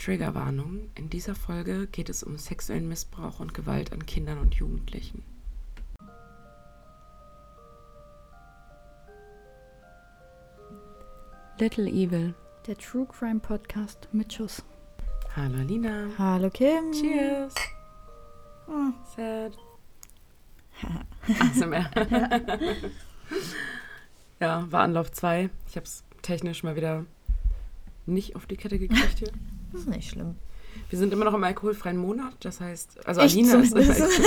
Triggerwarnung. In dieser Folge geht es um sexuellen Missbrauch und Gewalt an Kindern und Jugendlichen. Little Evil. Der True Crime Podcast mit Schuss. Hallo Alina. Hallo Kim. Cheers. Sad. ASMR. Ja, war Anlauf 2. Ich habe es technisch mal wieder nicht auf die Kette gekriegt hier. Das ist nicht schlimm. Wir sind immer noch im alkoholfreien Monat, das heißt, also Ich Alina ist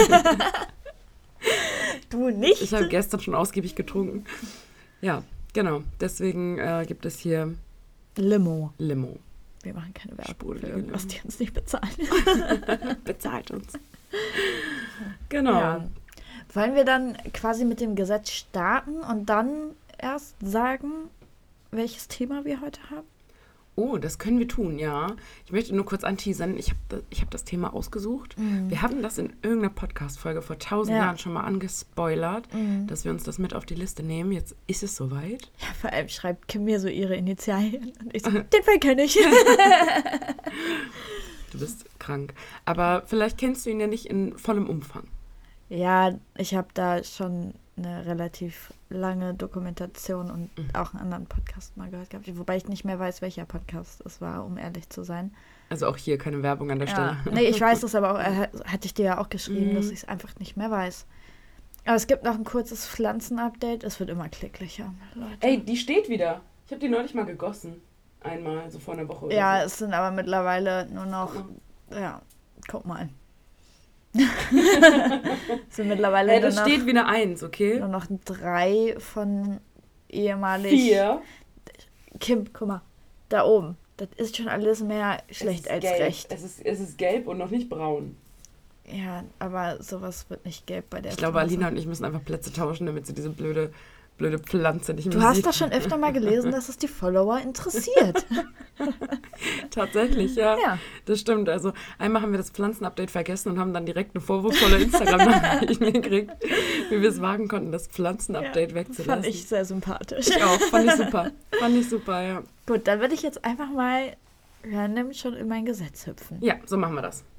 Du nicht? Ich habe gestern schon ausgiebig getrunken. Ja, genau. Deswegen gibt es hier Limo. Wir machen keine Werbung Sprudelige für irgendwas, Limo. die uns nicht bezahlen. Bezahlt uns. Genau. Ja. Wollen wir dann quasi mit dem Gesetz starten und dann erst sagen, welches Thema wir heute haben? Oh, das können wir tun, ja. Ich möchte nur kurz anteasern. Ich hab das Thema ausgesucht. Wir hatten das in irgendeiner Podcast-Folge vor 1000 Jahren schon mal angespoilert, dass wir uns das mit auf die Liste nehmen. Jetzt ist es soweit. Ja, vor allem schreibt Kim mir so ihre Initialien. Und ich so, den Fall kenne ich. Du bist krank. Aber vielleicht kennst du ihn ja nicht in vollem Umfang. Ja, ich habe da schon eine relativ lange Dokumentation und auch einen anderen Podcast mal gehört gehabt. Wobei ich nicht mehr weiß, welcher Podcast es war, um ehrlich zu sein. Also auch hier keine Werbung an der Stelle. Nee, ich weiß das aber auch, hatte ich dir ja auch geschrieben, dass ich es einfach nicht mehr weiß. Aber es gibt noch ein kurzes Pflanzenupdate. Es wird immer kläglicher, Leute. Ey, die steht wieder. Ich habe die neulich mal gegossen. Einmal, so vor einer Woche oder Ja, so. es sind aber mittlerweile nur noch, guck mal. Es sind mittlerweile Da steht wieder 1, okay? nur noch 3 von ehemalig. 4. Kim, guck mal, da oben. Das ist schon alles mehr schlecht als gelb. recht. Es ist gelb und noch nicht braun. Ja, aber sowas wird nicht gelb bei der Ich glaube, Pflanze. Alina und ich müssen einfach Plätze tauschen, damit sie diese blöde Pflanze nicht mehr Du hast sieht. doch schon öfter mal gelesen, dass es die Follower interessiert. Tatsächlich, ja. Ja. Das stimmt. Also einmal haben wir das Pflanzenupdate vergessen und haben dann direkt eine vorwurfsvolle Instagram-Nachricht gekriegt, wie wir es wagen konnten, das Pflanzenupdate wegzulassen. Fand ich sehr sympathisch. Ich auch. Fand ich super, ja. Gut, dann würde ich jetzt einfach mal random schon in mein Gesetz hüpfen. Ja, so machen wir das.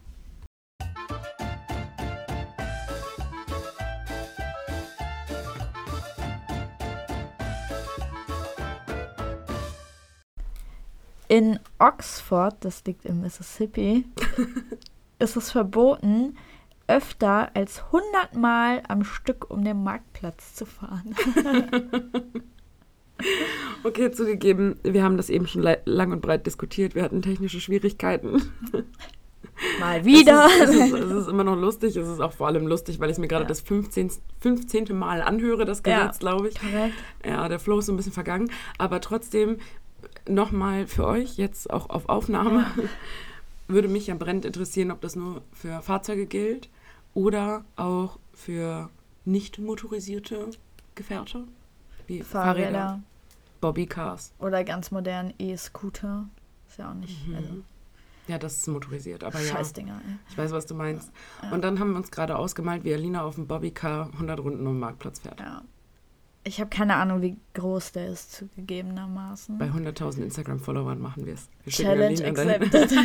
In Oxford, das liegt im Mississippi, ist es verboten, öfter als 100 Mal am Stück um den Marktplatz zu fahren. Okay, zugegeben, wir haben das eben schon lang und breit diskutiert. Wir hatten technische Schwierigkeiten. Mal wieder. Es ist immer noch lustig. Es ist auch vor allem lustig, weil ich es mir gerade das 15. Mal anhöre, das Gesetz, glaube ich. Korrekt. Ja, der Flow ist so ein bisschen vergangen. Aber trotzdem, nochmal für euch, jetzt auch auf Aufnahme, würde mich ja brennend interessieren, ob das nur für Fahrzeuge gilt oder auch für nicht motorisierte Gefährte, wie Fahrräder, Bobbycars. Oder ganz modern E-Scooter. Ist ja auch nicht. Also, Ja, das ist motorisiert, aber ja. Scheißdinger, ey. Ich weiß, was du meinst. Ja. Und dann haben wir uns gerade ausgemalt, wie Alina auf dem Bobbycar 100 Runden um den Marktplatz fährt. Ja. Ich habe keine Ahnung, wie groß der ist, zugegebenermaßen. Bei 100.000 Instagram-Followern machen wir es. Wir schicken Challenge Alina dahin. accepted.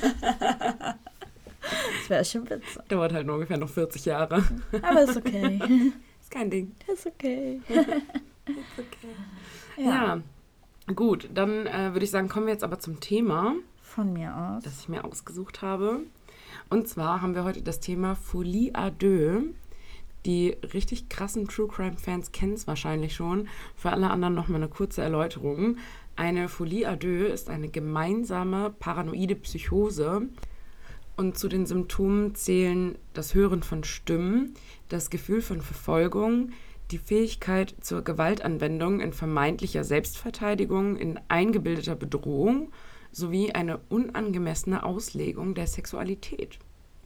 Das wäre schon witzig. Dauert halt nur ungefähr noch 40 Jahre. Aber ist okay. Ist kein Ding. Ist okay. Ist okay. Ja, gut. Dann würde ich sagen, kommen wir jetzt aber zum Thema, Von mir aus. das ich mir ausgesucht habe. Und zwar haben wir heute das Thema Folie à deux. Die richtig krassen True Crime-Fans kennen es wahrscheinlich schon. Für alle anderen nochmal eine kurze Erläuterung. Eine Folie à deux ist eine gemeinsame paranoide Psychose. Und zu den Symptomen zählen das Hören von Stimmen, das Gefühl von Verfolgung, die Fähigkeit zur Gewaltanwendung in vermeintlicher Selbstverteidigung, in eingebildeter Bedrohung sowie eine unangemessene Auslegung der Sexualität.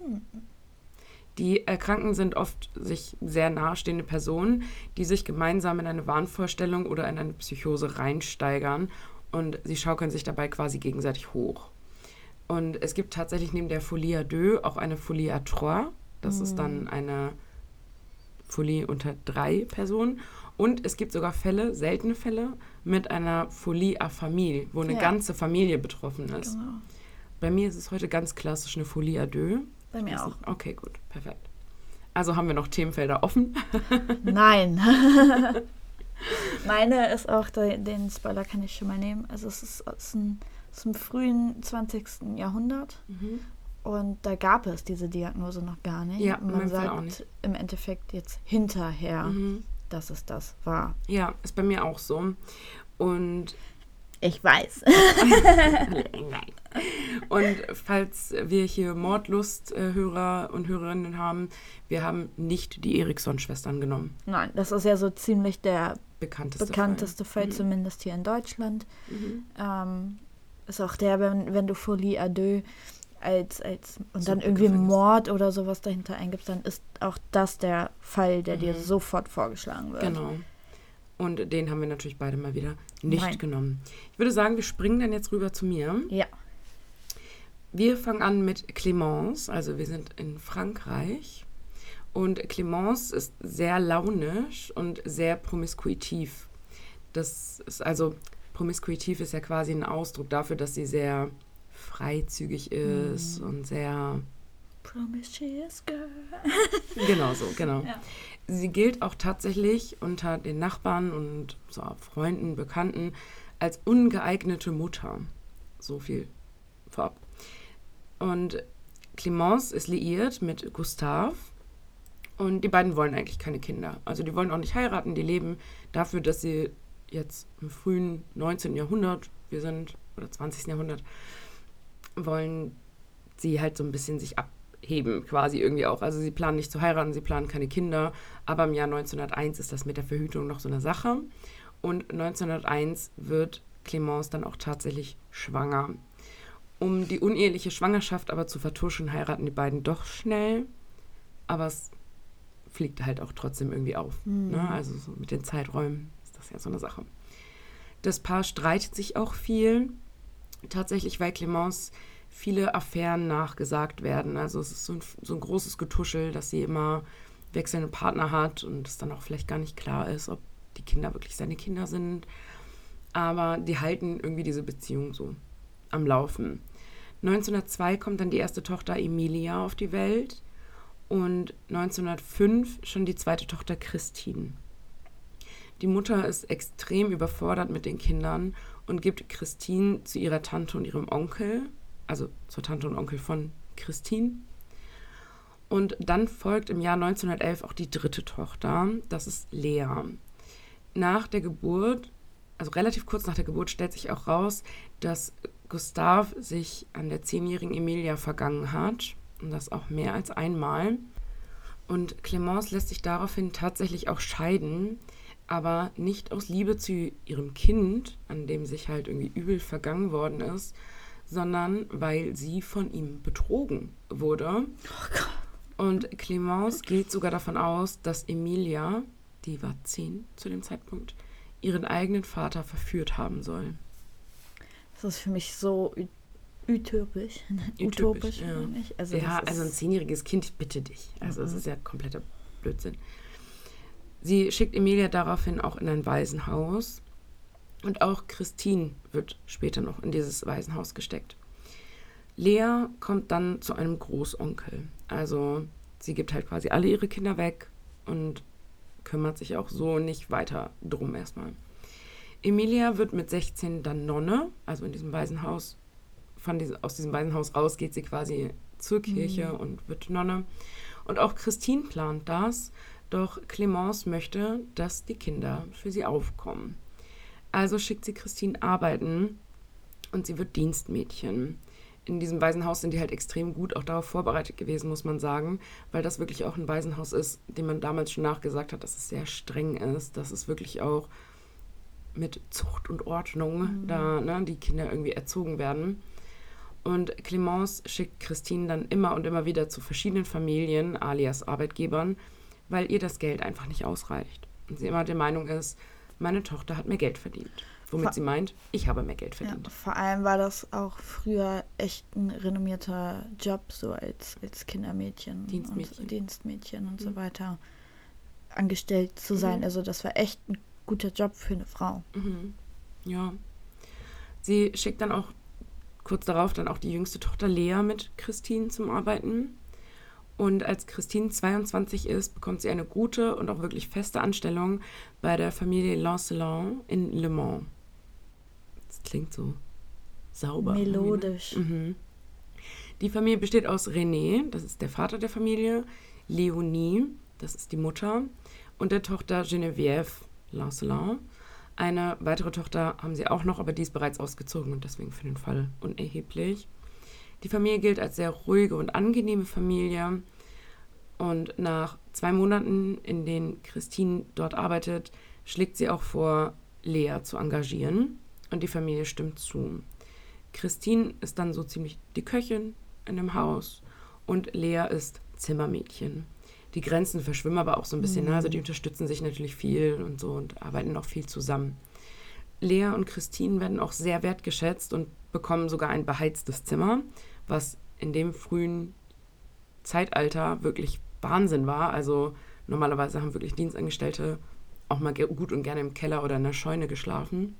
Die Erkrankten sind oft sich sehr nahestehende Personen, die sich gemeinsam in eine Wahnvorstellung oder in eine Psychose reinsteigern und sie schaukeln sich dabei quasi gegenseitig hoch. Und es gibt tatsächlich neben der Folie à deux auch eine Folie à trois. Das ist dann eine Folie unter 3 Personen. Und es gibt sogar Fälle, seltene Fälle, mit einer Folie à famille, wo eine ganze Familie betroffen ist. Genau. Bei mir ist es heute ganz klassisch eine Folie à deux. Bei mir auch. Okay, gut, perfekt. Also haben wir noch Themenfelder offen. Nein. Meine ist auch, den Spoiler kann ich schon mal nehmen. Also es ist aus dem frühen 20. Jahrhundert. Und da gab es diese Diagnose noch gar nicht. Ja, man sagt auch nicht. Im Endeffekt jetzt hinterher, dass es das war. Ja, ist bei mir auch so. Und ich weiß. Und falls wir hier Mordlust-Hörer und Hörerinnen haben, wir haben nicht die Eriksson-Schwestern genommen. Nein, das ist ja so ziemlich der bekannteste Fall, zumindest hier in Deutschland. Ist auch der, wenn du Folie à deux als und dann irgendwie Mord oder sowas dahinter eingibst, dann ist auch das der Fall, der dir sofort vorgeschlagen wird. Genau. Und den haben wir natürlich beide mal wieder nicht genommen. Ich würde sagen, wir springen dann jetzt rüber zu mir. Ja. Wir fangen an mit Clémence. Also wir sind in Frankreich. Und Clémence ist sehr launisch und sehr promiskuitiv. Promiskuitiv ist ja quasi ein Ausdruck dafür, dass sie sehr freizügig ist und sehr... Promiscuous girl. Genau. Ja. Sie gilt auch tatsächlich unter den Nachbarn und so Freunden, Bekannten als ungeeignete Mutter. So viel vorab. Und Clémence ist liiert mit Gustave und die beiden wollen eigentlich keine Kinder. Also die wollen auch nicht heiraten, die leben dafür, dass sie jetzt im frühen 19. Jahrhundert, oder 20. Jahrhundert, wollen sie halt so ein bisschen sich abheben quasi irgendwie auch. Also sie planen nicht zu heiraten, sie planen keine Kinder, aber im Jahr 1901 ist das mit der Verhütung noch so eine Sache. Und 1901 wird Clémence dann auch tatsächlich schwanger. Um die uneheliche Schwangerschaft aber zu vertuschen, heiraten die beiden doch schnell, aber es fliegt halt auch trotzdem irgendwie auf. Ne? Also so mit den Zeiträumen ist das ja so eine Sache. Das Paar streitet sich auch viel, tatsächlich, weil Clémence viele Affären nachgesagt werden. Also es ist so ein großes Getuschel, dass sie immer wechselnde Partner hat und es dann auch vielleicht gar nicht klar ist, ob die Kinder wirklich seine Kinder sind. Aber die halten irgendwie diese Beziehung so am Laufen. 1902 kommt dann die erste Tochter Emilia auf die Welt und 1905 schon die zweite Tochter Christine. Die Mutter ist extrem überfordert mit den Kindern und gibt Christine zu ihrer Tante und ihrem Onkel, also zur Tante und Onkel von Christine. Und dann folgt im Jahr 1911 auch die dritte Tochter, das ist Lea. Nach der Geburt, also relativ kurz nach der Geburt, stellt sich auch raus, dass Gustave sich an der 10-jährigen Emilia vergangen hat. Und das auch mehr als einmal. Und Clémence lässt sich daraufhin tatsächlich auch scheiden, aber nicht aus Liebe zu ihrem Kind, an dem sich halt irgendwie übel vergangen worden ist, sondern weil sie von ihm betrogen wurde. Oh Gott. Und Clémence geht sogar davon aus, dass Emilia, die war 10 zu dem Zeitpunkt, ihren eigenen Vater verführt haben soll. Das ist für mich so utopisch. Ja. Also ein 10-jähriges Kind, ich bitte dich. Also das ist ja kompletter Blödsinn. Sie schickt Emilia daraufhin auch in ein Waisenhaus. Und auch Christine wird später noch in dieses Waisenhaus gesteckt. Lea kommt dann zu einem Großonkel. Also sie gibt halt quasi alle ihre Kinder weg und kümmert sich auch so nicht weiter drum erstmal. Emilia wird mit 16 dann Nonne, also in diesem Waisenhaus. Aus diesem Waisenhaus raus geht sie quasi zur Kirche und wird Nonne. Und auch Christine plant das, doch Clémence möchte, dass die Kinder für sie aufkommen. Also schickt sie Christine arbeiten und sie wird Dienstmädchen. In diesem Waisenhaus sind die halt extrem gut auch darauf vorbereitet gewesen, muss man sagen, weil das wirklich auch ein Waisenhaus ist, dem man damals schon nachgesagt hat, dass es sehr streng ist, dass es wirklich auch mit Zucht und Ordnung da die Kinder irgendwie erzogen werden. Und Clémence schickt Christine dann immer und immer wieder zu verschiedenen Familien, alias Arbeitgebern, weil ihr das Geld einfach nicht ausreicht. Und sie immer der Meinung ist, meine Tochter hat mehr Geld verdient. Womit sie meint, ich habe mehr Geld verdient. Ja, vor allem war das auch früher echt ein renommierter Job, so als Kindermädchen, Dienstmädchen und so weiter angestellt zu sein. Also das war echt ein guter Job für eine Frau. Ja. Sie schickt dann auch kurz darauf dann auch die jüngste Tochter Lea mit Christine zum Arbeiten. Und als Christine 22 ist, bekommt sie eine gute und auch wirklich feste Anstellung bei der Familie Lancelot in Le Mans. Das klingt so sauber. Melodisch. Mhm. Die Familie besteht aus René, das ist der Vater der Familie, Leonie, das ist die Mutter, und der Tochter Geneviève Lancelot. Eine weitere Tochter haben sie auch noch, aber die ist bereits ausgezogen und deswegen für den Fall unerheblich. Die Familie gilt als sehr ruhige und angenehme Familie. Und nach 2 Monaten, in denen Christine dort arbeitet, schlägt sie auch vor, Lea zu engagieren. Und die Familie stimmt zu. Christine ist dann so ziemlich die Köchin in dem Haus und Lea ist Zimmermädchen. Die Grenzen verschwimmen aber auch so ein bisschen. Also die unterstützen sich natürlich viel und so und arbeiten auch viel zusammen. Lea und Christine werden auch sehr wertgeschätzt und bekommen sogar ein beheiztes Zimmer, was in dem frühen Zeitalter wirklich Wahnsinn war. Also normalerweise haben wirklich Dienstangestellte auch mal gut und gerne im Keller oder in der Scheune geschlafen.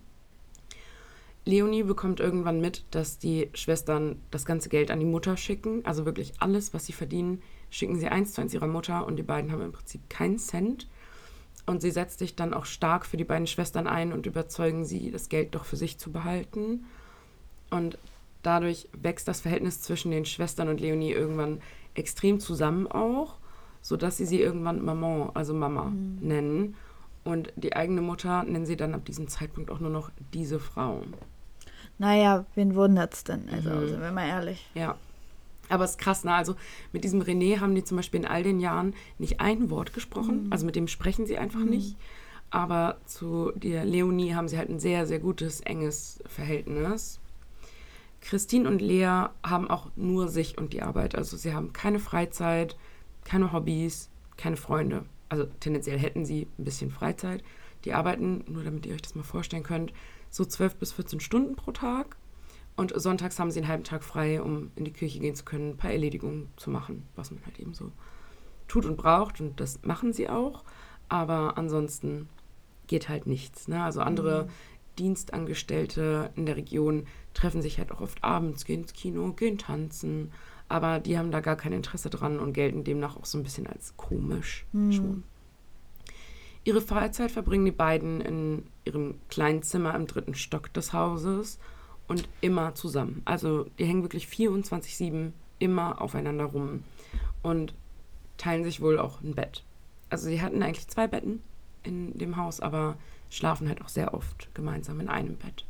Leonie bekommt irgendwann mit, dass die Schwestern das ganze Geld an die Mutter schicken. Also wirklich alles, was sie verdienen, schicken sie 1:1 ihrer Mutter und die beiden haben im Prinzip keinen Cent. Und sie setzt sich dann auch stark für die beiden Schwestern ein und überzeugen sie, das Geld doch für sich zu behalten. Und dadurch wächst das Verhältnis zwischen den Schwestern und Leonie irgendwann extrem zusammen auch, sodass sie irgendwann Maman, also Mama, nennen. Und die eigene Mutter nennen sie dann ab diesem Zeitpunkt auch nur noch diese Frau. Naja, wen wundert's denn? Also, sind wir mal ehrlich. Ja, aber es ist krass, ne? Also mit diesem René haben die zum Beispiel in all den Jahren nicht ein Wort gesprochen. Also mit dem sprechen sie einfach nicht. Aber zu der Leonie haben sie halt ein sehr, sehr gutes, enges Verhältnis. Christine und Lea haben auch nur sich und die Arbeit. Also sie haben keine Freizeit, keine Hobbys, keine Freunde. Also tendenziell hätten sie ein bisschen Freizeit. Die arbeiten, nur damit ihr euch das mal vorstellen könnt, so 12 bis 14 Stunden pro Tag. Und sonntags haben sie einen halben Tag frei, um in die Kirche gehen zu können, ein paar Erledigungen zu machen, was man halt eben so tut und braucht. Und das machen sie auch. Aber ansonsten geht halt nichts. Ne? Also andere Dienstangestellte in der Region treffen sich halt auch oft abends, gehen ins Kino, gehen tanzen. Aber die haben da gar kein Interesse dran und gelten demnach auch so ein bisschen als komisch schon. Ihre Freizeit verbringen die beiden in ihrem kleinen Zimmer im 3. Stock des Hauses und immer zusammen. Also die hängen wirklich 24/7 immer aufeinander rum und teilen sich wohl auch ein Bett. Also sie hatten eigentlich 2 Betten in dem Haus, aber schlafen halt auch sehr oft gemeinsam in einem Bett.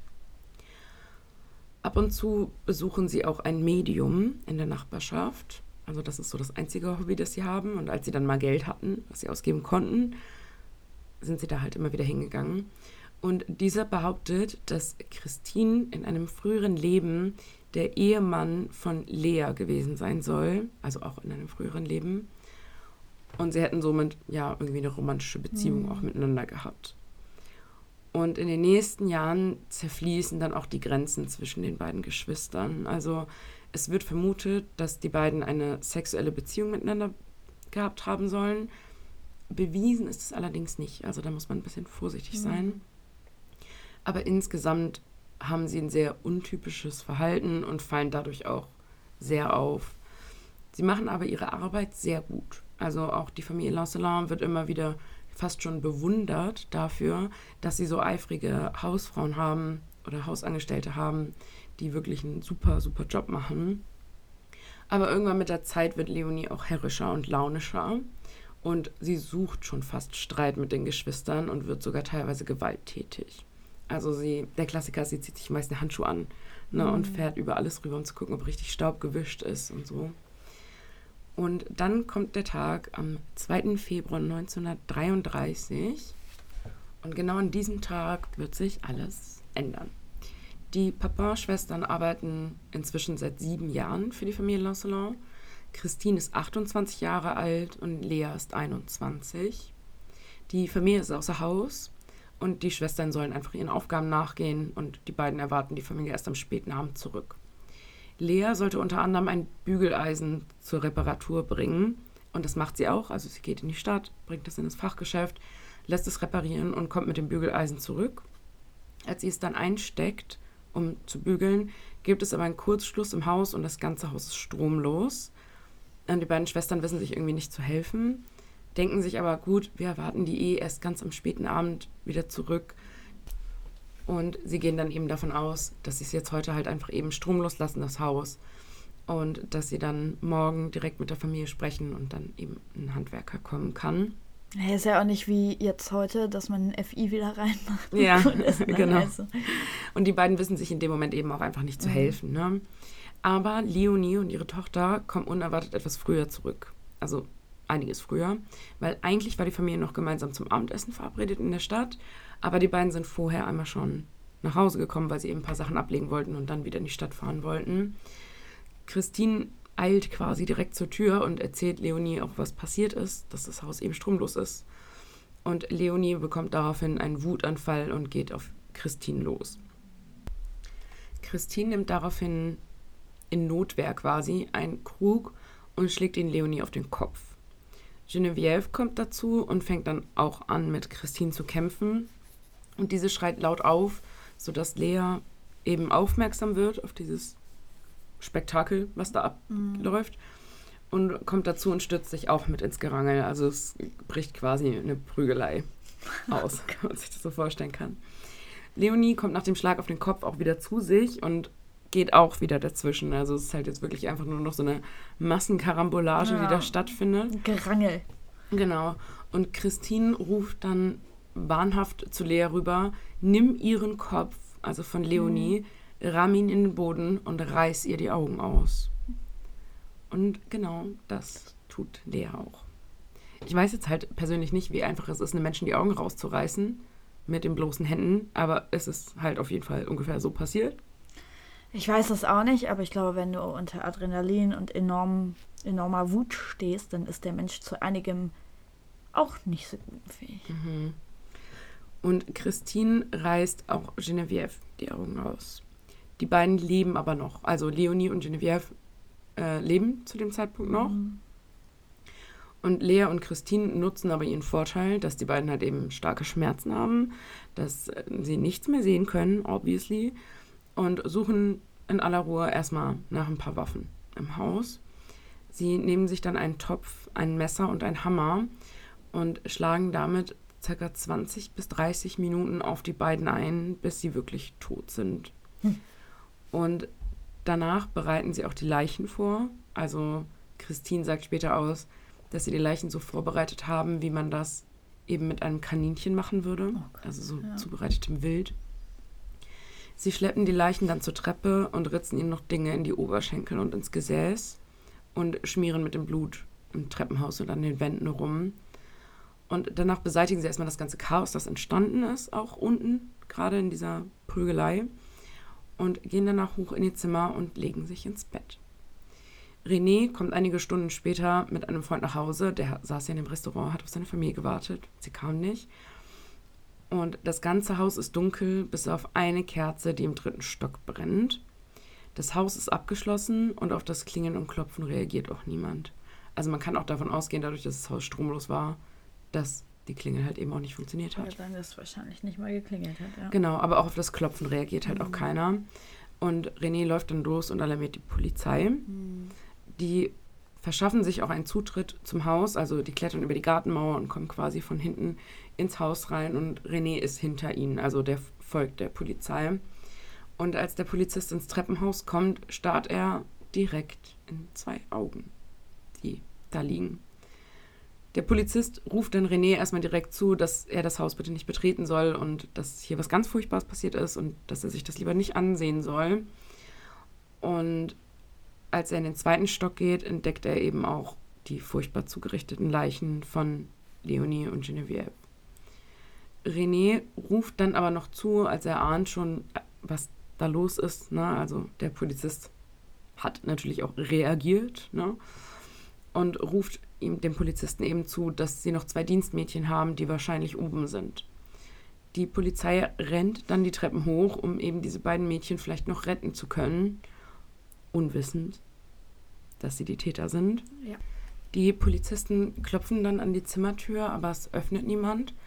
Ab und zu besuchen sie auch ein Medium in der Nachbarschaft. Also das ist so das einzige Hobby, das sie haben. Und als sie dann mal Geld hatten, was sie ausgeben konnten, sind sie da halt immer wieder hingegangen. Und dieser behauptet, dass Christine in einem früheren Leben der Ehemann von Lea gewesen sein soll. Also auch in einem früheren Leben. Und sie hätten somit ja irgendwie eine romantische Beziehung auch miteinander gehabt. Und in den nächsten Jahren zerfließen dann auch die Grenzen zwischen den beiden Geschwistern. Also es wird vermutet, dass die beiden eine sexuelle Beziehung miteinander gehabt haben sollen. Bewiesen ist es allerdings nicht. Also da muss man ein bisschen vorsichtig sein. Aber insgesamt haben sie ein sehr untypisches Verhalten und fallen dadurch auch sehr auf. Sie machen aber ihre Arbeit sehr gut. Also auch die Familie Lancelot wird immer wieder fast schon bewundert dafür, dass sie so eifrige Hausfrauen haben oder Hausangestellte haben, die wirklich einen super, super Job machen. Aber irgendwann mit der Zeit wird Leonie auch herrischer und launischer und sie sucht schon fast Streit mit den Geschwistern und wird sogar teilweise gewalttätig. Also der Klassiker, sie zieht sich meist eine Handschuhe an, ne, und fährt über alles rüber, um zu gucken, ob richtig Staub gewischt ist und so. Und dann kommt der Tag am 2. Februar 1933 und genau an diesem Tag wird sich alles ändern. Die Papin-Schwestern arbeiten inzwischen seit 7 Jahren für die Familie Lancelot. Christine ist 28 Jahre alt und Lea ist 21. Die Familie ist außer Haus und die Schwestern sollen einfach ihren Aufgaben nachgehen und die beiden erwarten die Familie erst am späten Abend zurück. Lea sollte unter anderem ein Bügeleisen zur Reparatur bringen. Und das macht sie auch. Also sie geht in die Stadt, bringt es in das Fachgeschäft, lässt es reparieren und kommt mit dem Bügeleisen zurück. Als sie es dann einsteckt um zu bügeln, gibt es aber einen Kurzschluss im Haus und das ganze Haus ist stromlos. Und die beiden Schwestern wissen sich irgendwie nicht zu helfen, denken sich aber, gut, wir erwarten die erst ganz am späten Abend wieder zurück. Und sie gehen dann eben davon aus, dass sie es jetzt heute halt einfach eben stromlos lassen, das Haus. Und dass sie dann morgen direkt mit der Familie sprechen und dann eben ein Handwerker kommen kann. Ja, ist ja auch nicht wie jetzt heute, dass man ein FI wieder reinmacht. Ja, ist, ne? genau. Also. Und die beiden wissen sich in dem Moment eben auch einfach nicht zu helfen. Ne? Aber Leonie und ihre Tochter kommen unerwartet etwas früher zurück. Also einiges früher. Weil eigentlich war die Familie noch gemeinsam zum Abendessen verabredet in der Stadt. Aber die beiden sind vorher einmal schon nach Hause gekommen, weil sie eben ein paar Sachen ablegen wollten und dann wieder in die Stadt fahren wollten. Christine eilt quasi direkt zur Tür und erzählt Leonie auch, was passiert ist, dass das Haus eben stromlos ist. Und Leonie bekommt daraufhin einen Wutanfall und geht auf Christine los. Christine nimmt daraufhin in Notwehr quasi einen Krug und schlägt ihn Leonie auf den Kopf. Geneviève kommt dazu und fängt dann auch an, mit Christine zu kämpfen. Und diese schreit laut auf, sodass Lea eben aufmerksam wird auf dieses Spektakel, was da abläuft. Und kommt dazu und stürzt sich auch mit ins Gerangel. Also es bricht quasi eine Prügelei aus, wenn man sich das so vorstellen kann. Leonie kommt nach dem Schlag auf den Kopf auch wieder zu sich und geht auch wieder dazwischen. Also es ist halt jetzt wirklich einfach nur noch so eine Massenkarambolage, die da stattfindet. Gerangel. Genau. Und Christine ruft dann wahnhaft zu Lea rüber, nimm ihren Kopf, also von Leonie, ramm ihn in den Boden und reiß ihr die Augen aus. Und genau das tut Lea auch. Ich weiß jetzt halt persönlich nicht, wie einfach es ist, einem Menschen die Augen rauszureißen mit den bloßen Händen, aber es ist halt auf jeden Fall ungefähr so passiert. Ich weiß das auch nicht, aber ich glaube, wenn du unter Adrenalin und enormer Wut stehst, dann ist der Mensch zu einigem auch nicht so gut fähig. Und Christine reißt auch Geneviève die Augen aus. Die beiden leben aber noch. Also Leonie und Geneviève leben zu dem Zeitpunkt noch. Und Lea und Christine nutzen aber ihren Vorteil, dass die beiden halt eben starke Schmerzen haben, dass sie nichts mehr sehen können, obviously, und suchen in aller Ruhe erstmal nach ein paar Waffen im Haus. Sie nehmen sich dann einen Topf, ein Messer und einen Hammer und schlagen damit ca. 20 bis 30 Minuten auf die beiden ein, bis sie wirklich tot sind. Und danach bereiten sie auch die Leichen vor. Also Christine sagt später aus, dass sie die Leichen so vorbereitet haben, wie man das eben mit einem Kaninchen machen würde. Okay. Also so zubereitetem Wild. Sie schleppen die Leichen dann zur Treppe und ritzen ihnen noch Dinge in die Oberschenkel und ins Gesäß und schmieren mit dem Blut im Treppenhaus und an den Wänden rum. Und danach beseitigen sie erstmal das ganze Chaos, das entstanden ist, auch unten, gerade in dieser Prügelei, und gehen danach hoch in ihr Zimmer und legen sich ins Bett. René kommt einige Stunden später mit einem Freund nach Hause, der saß ja in dem Restaurant, hat auf seine Familie gewartet, sie kam nicht. Und das ganze Haus ist dunkel, bis auf eine Kerze, die im 3. Stock brennt. Das Haus ist abgeschlossen und auf das Klingeln und Klopfen reagiert auch niemand. Also man kann auch davon ausgehen, dadurch, dass das Haus stromlos war, dass die Klingel halt eben auch nicht funktioniert hat. Ja, dann ist wahrscheinlich nicht mal geklingelt hat, ja. Genau, aber auch auf das Klopfen reagiert halt auch keiner. Und René läuft dann los und alarmiert die Polizei. Die verschaffen sich auch einen Zutritt zum Haus, also die klettern über die Gartenmauer und kommen quasi von hinten ins Haus rein und René ist hinter ihnen, also der folgt der Polizei. Und als der Polizist ins Treppenhaus kommt, starrt er direkt in 2 Augen, die da liegen. Der Polizist ruft dann René erstmal direkt zu, dass er das Haus bitte nicht betreten soll und dass hier was ganz Furchtbares passiert ist und dass er sich das lieber nicht ansehen soll. Und als er in den 2. Stock geht, entdeckt er eben auch die furchtbar zugerichteten Leichen von Leonie und Geneviève. René ruft dann aber noch zu, als er ahnt schon, was da los ist. Ne? Also der Polizist hat natürlich auch reagiert, ne? Und ruft dem Polizisten eben zu, dass sie noch 2 Dienstmädchen haben, die wahrscheinlich oben sind. Die Polizei rennt dann die Treppen hoch, um eben diese beiden Mädchen vielleicht noch retten zu können, unwissend, dass sie die Täter sind. Ja. Die Polizisten klopfen dann an die Zimmertür, aber es öffnet niemand.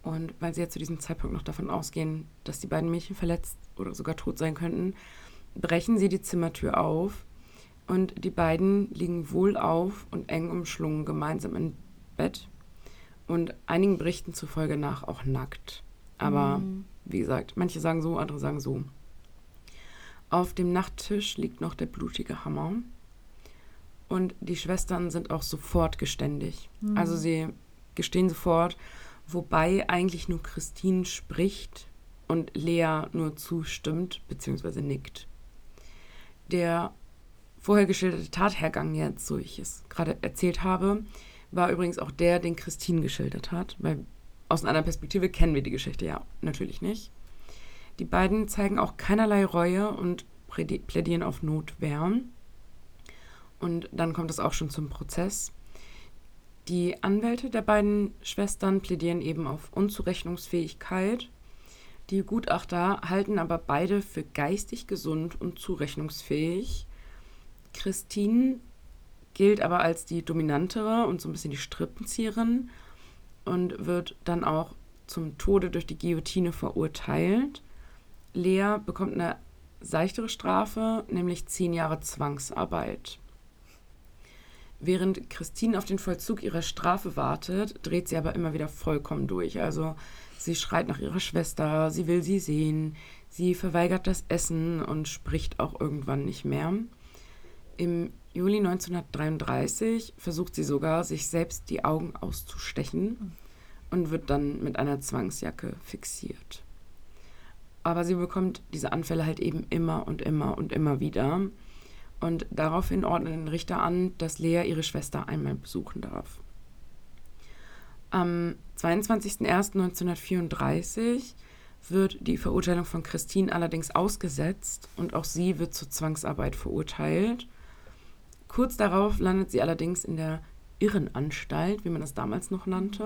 Und weil sie ja zu diesem Zeitpunkt noch davon ausgehen, dass die beiden Mädchen verletzt oder sogar tot sein könnten, brechen sie die Zimmertür auf und die beiden liegen wohlauf und eng umschlungen gemeinsam im Bett und einigen Berichten zufolge nach auch nackt. Aber wie gesagt, manche sagen so, andere sagen so. Auf dem Nachttisch liegt noch der blutige Hammer und die Schwestern sind auch sofort geständig. Also sie gestehen sofort, wobei eigentlich nur Christine spricht und Lea nur zustimmt bzw. nickt. Der vorher geschilderte Tathergang jetzt, so ich es gerade erzählt habe, war übrigens auch der, den Christine geschildert hat, weil aus einer Perspektive kennen wir die Geschichte ja natürlich nicht. Die beiden zeigen auch keinerlei Reue und plädieren auf Notwehr. Und dann kommt es auch schon zum Prozess. Die Anwälte der beiden Schwestern plädieren eben auf Unzurechnungsfähigkeit. Die Gutachter halten aber beide für geistig gesund und zurechnungsfähig. Christine gilt aber als die dominantere und so ein bisschen die Strippenzieherin und wird dann auch zum Tode durch die Guillotine verurteilt. Lea bekommt eine seichtere Strafe, nämlich 10 Jahre Zwangsarbeit. Während Christine auf den Vollzug ihrer Strafe wartet, dreht sie aber immer wieder vollkommen durch. Also sie schreit nach ihrer Schwester, sie will sie sehen, sie verweigert das Essen und spricht auch irgendwann nicht mehr. Im Juli 1933 versucht sie sogar, sich selbst die Augen auszustechen und wird dann mit einer Zwangsjacke fixiert. Aber sie bekommt diese Anfälle halt eben immer und immer und immer wieder. Und daraufhin ordnet ein Richter an, dass Lea ihre Schwester einmal besuchen darf. Am 22.01.1934 wird die Verurteilung von Christine allerdings ausgesetzt und auch sie wird zur Zwangsarbeit verurteilt. Kurz darauf landet sie allerdings in der Irrenanstalt, wie man das damals noch nannte,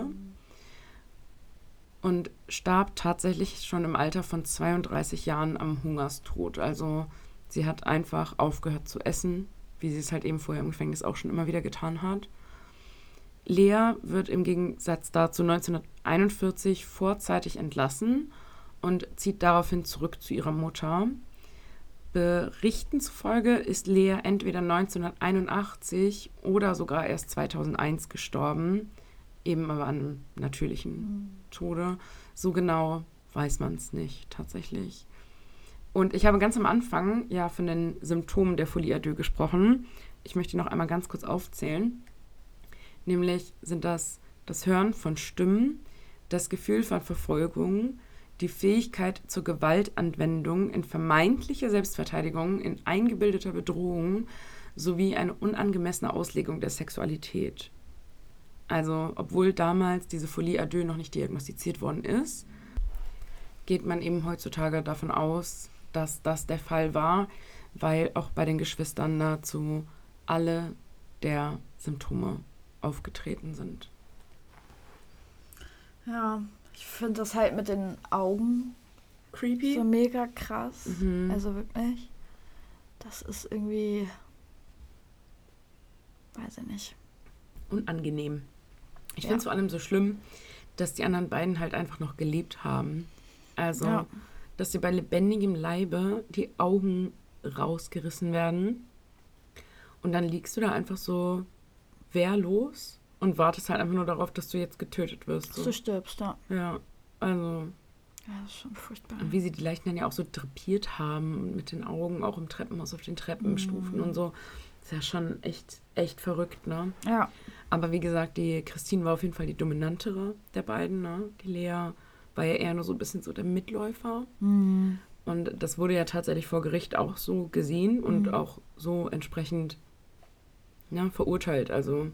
und starb tatsächlich schon im Alter von 32 Jahren am Hungerstod. Also sie hat einfach aufgehört zu essen, wie sie es halt eben vorher im Gefängnis auch schon immer wieder getan hat. Lea wird im Gegensatz dazu 1941 vorzeitig entlassen und zieht daraufhin zurück zu ihrer Mutter. Berichten zufolge ist Lea entweder 1981 oder sogar erst 2001 gestorben, eben aber an einem natürlichen Tode. So genau weiß man es nicht tatsächlich. Und ich habe ganz am Anfang ja von den Symptomen der Folie à deux gesprochen. Ich möchte noch einmal ganz kurz aufzählen. Nämlich sind das Hören von Stimmen, das Gefühl von Verfolgung, die Fähigkeit zur Gewaltanwendung in vermeintlicher Selbstverteidigung, in eingebildeter Bedrohung sowie eine unangemessene Auslegung der Sexualität. Also, obwohl damals diese Folie à deux noch nicht diagnostiziert worden ist, geht man eben heutzutage davon aus, dass das der Fall war, weil auch bei den Geschwistern dazu alle der Symptome aufgetreten sind. Ja, ich finde das halt mit den Augen Creepy. so mega krass. Mhm. Also wirklich, das ist irgendwie, weiß ich nicht. Unangenehm. Ich finde es vor allem so schlimm, dass die anderen beiden halt einfach noch gelebt haben. Also, dass sie bei lebendigem Leibe die Augen rausgerissen werden und dann liegst du da einfach so wehrlos und wartest halt einfach nur darauf, dass du jetzt getötet wirst. So. Du stirbst, ja. Ja, also. Ja, das ist schon furchtbar. Und wie sie die Leichen dann ja auch so drapiert haben und mit den Augen auch im Treppenhaus auf den Treppenstufen und so. Ist ja schon echt verrückt, ne? Ja. Aber wie gesagt, die Christine war auf jeden Fall die dominantere der beiden, ne? Die Lea war ja eher nur so ein bisschen so der Mitläufer. Mhm. Und das wurde ja tatsächlich vor Gericht auch so gesehen und auch so entsprechend verurteilt. Also,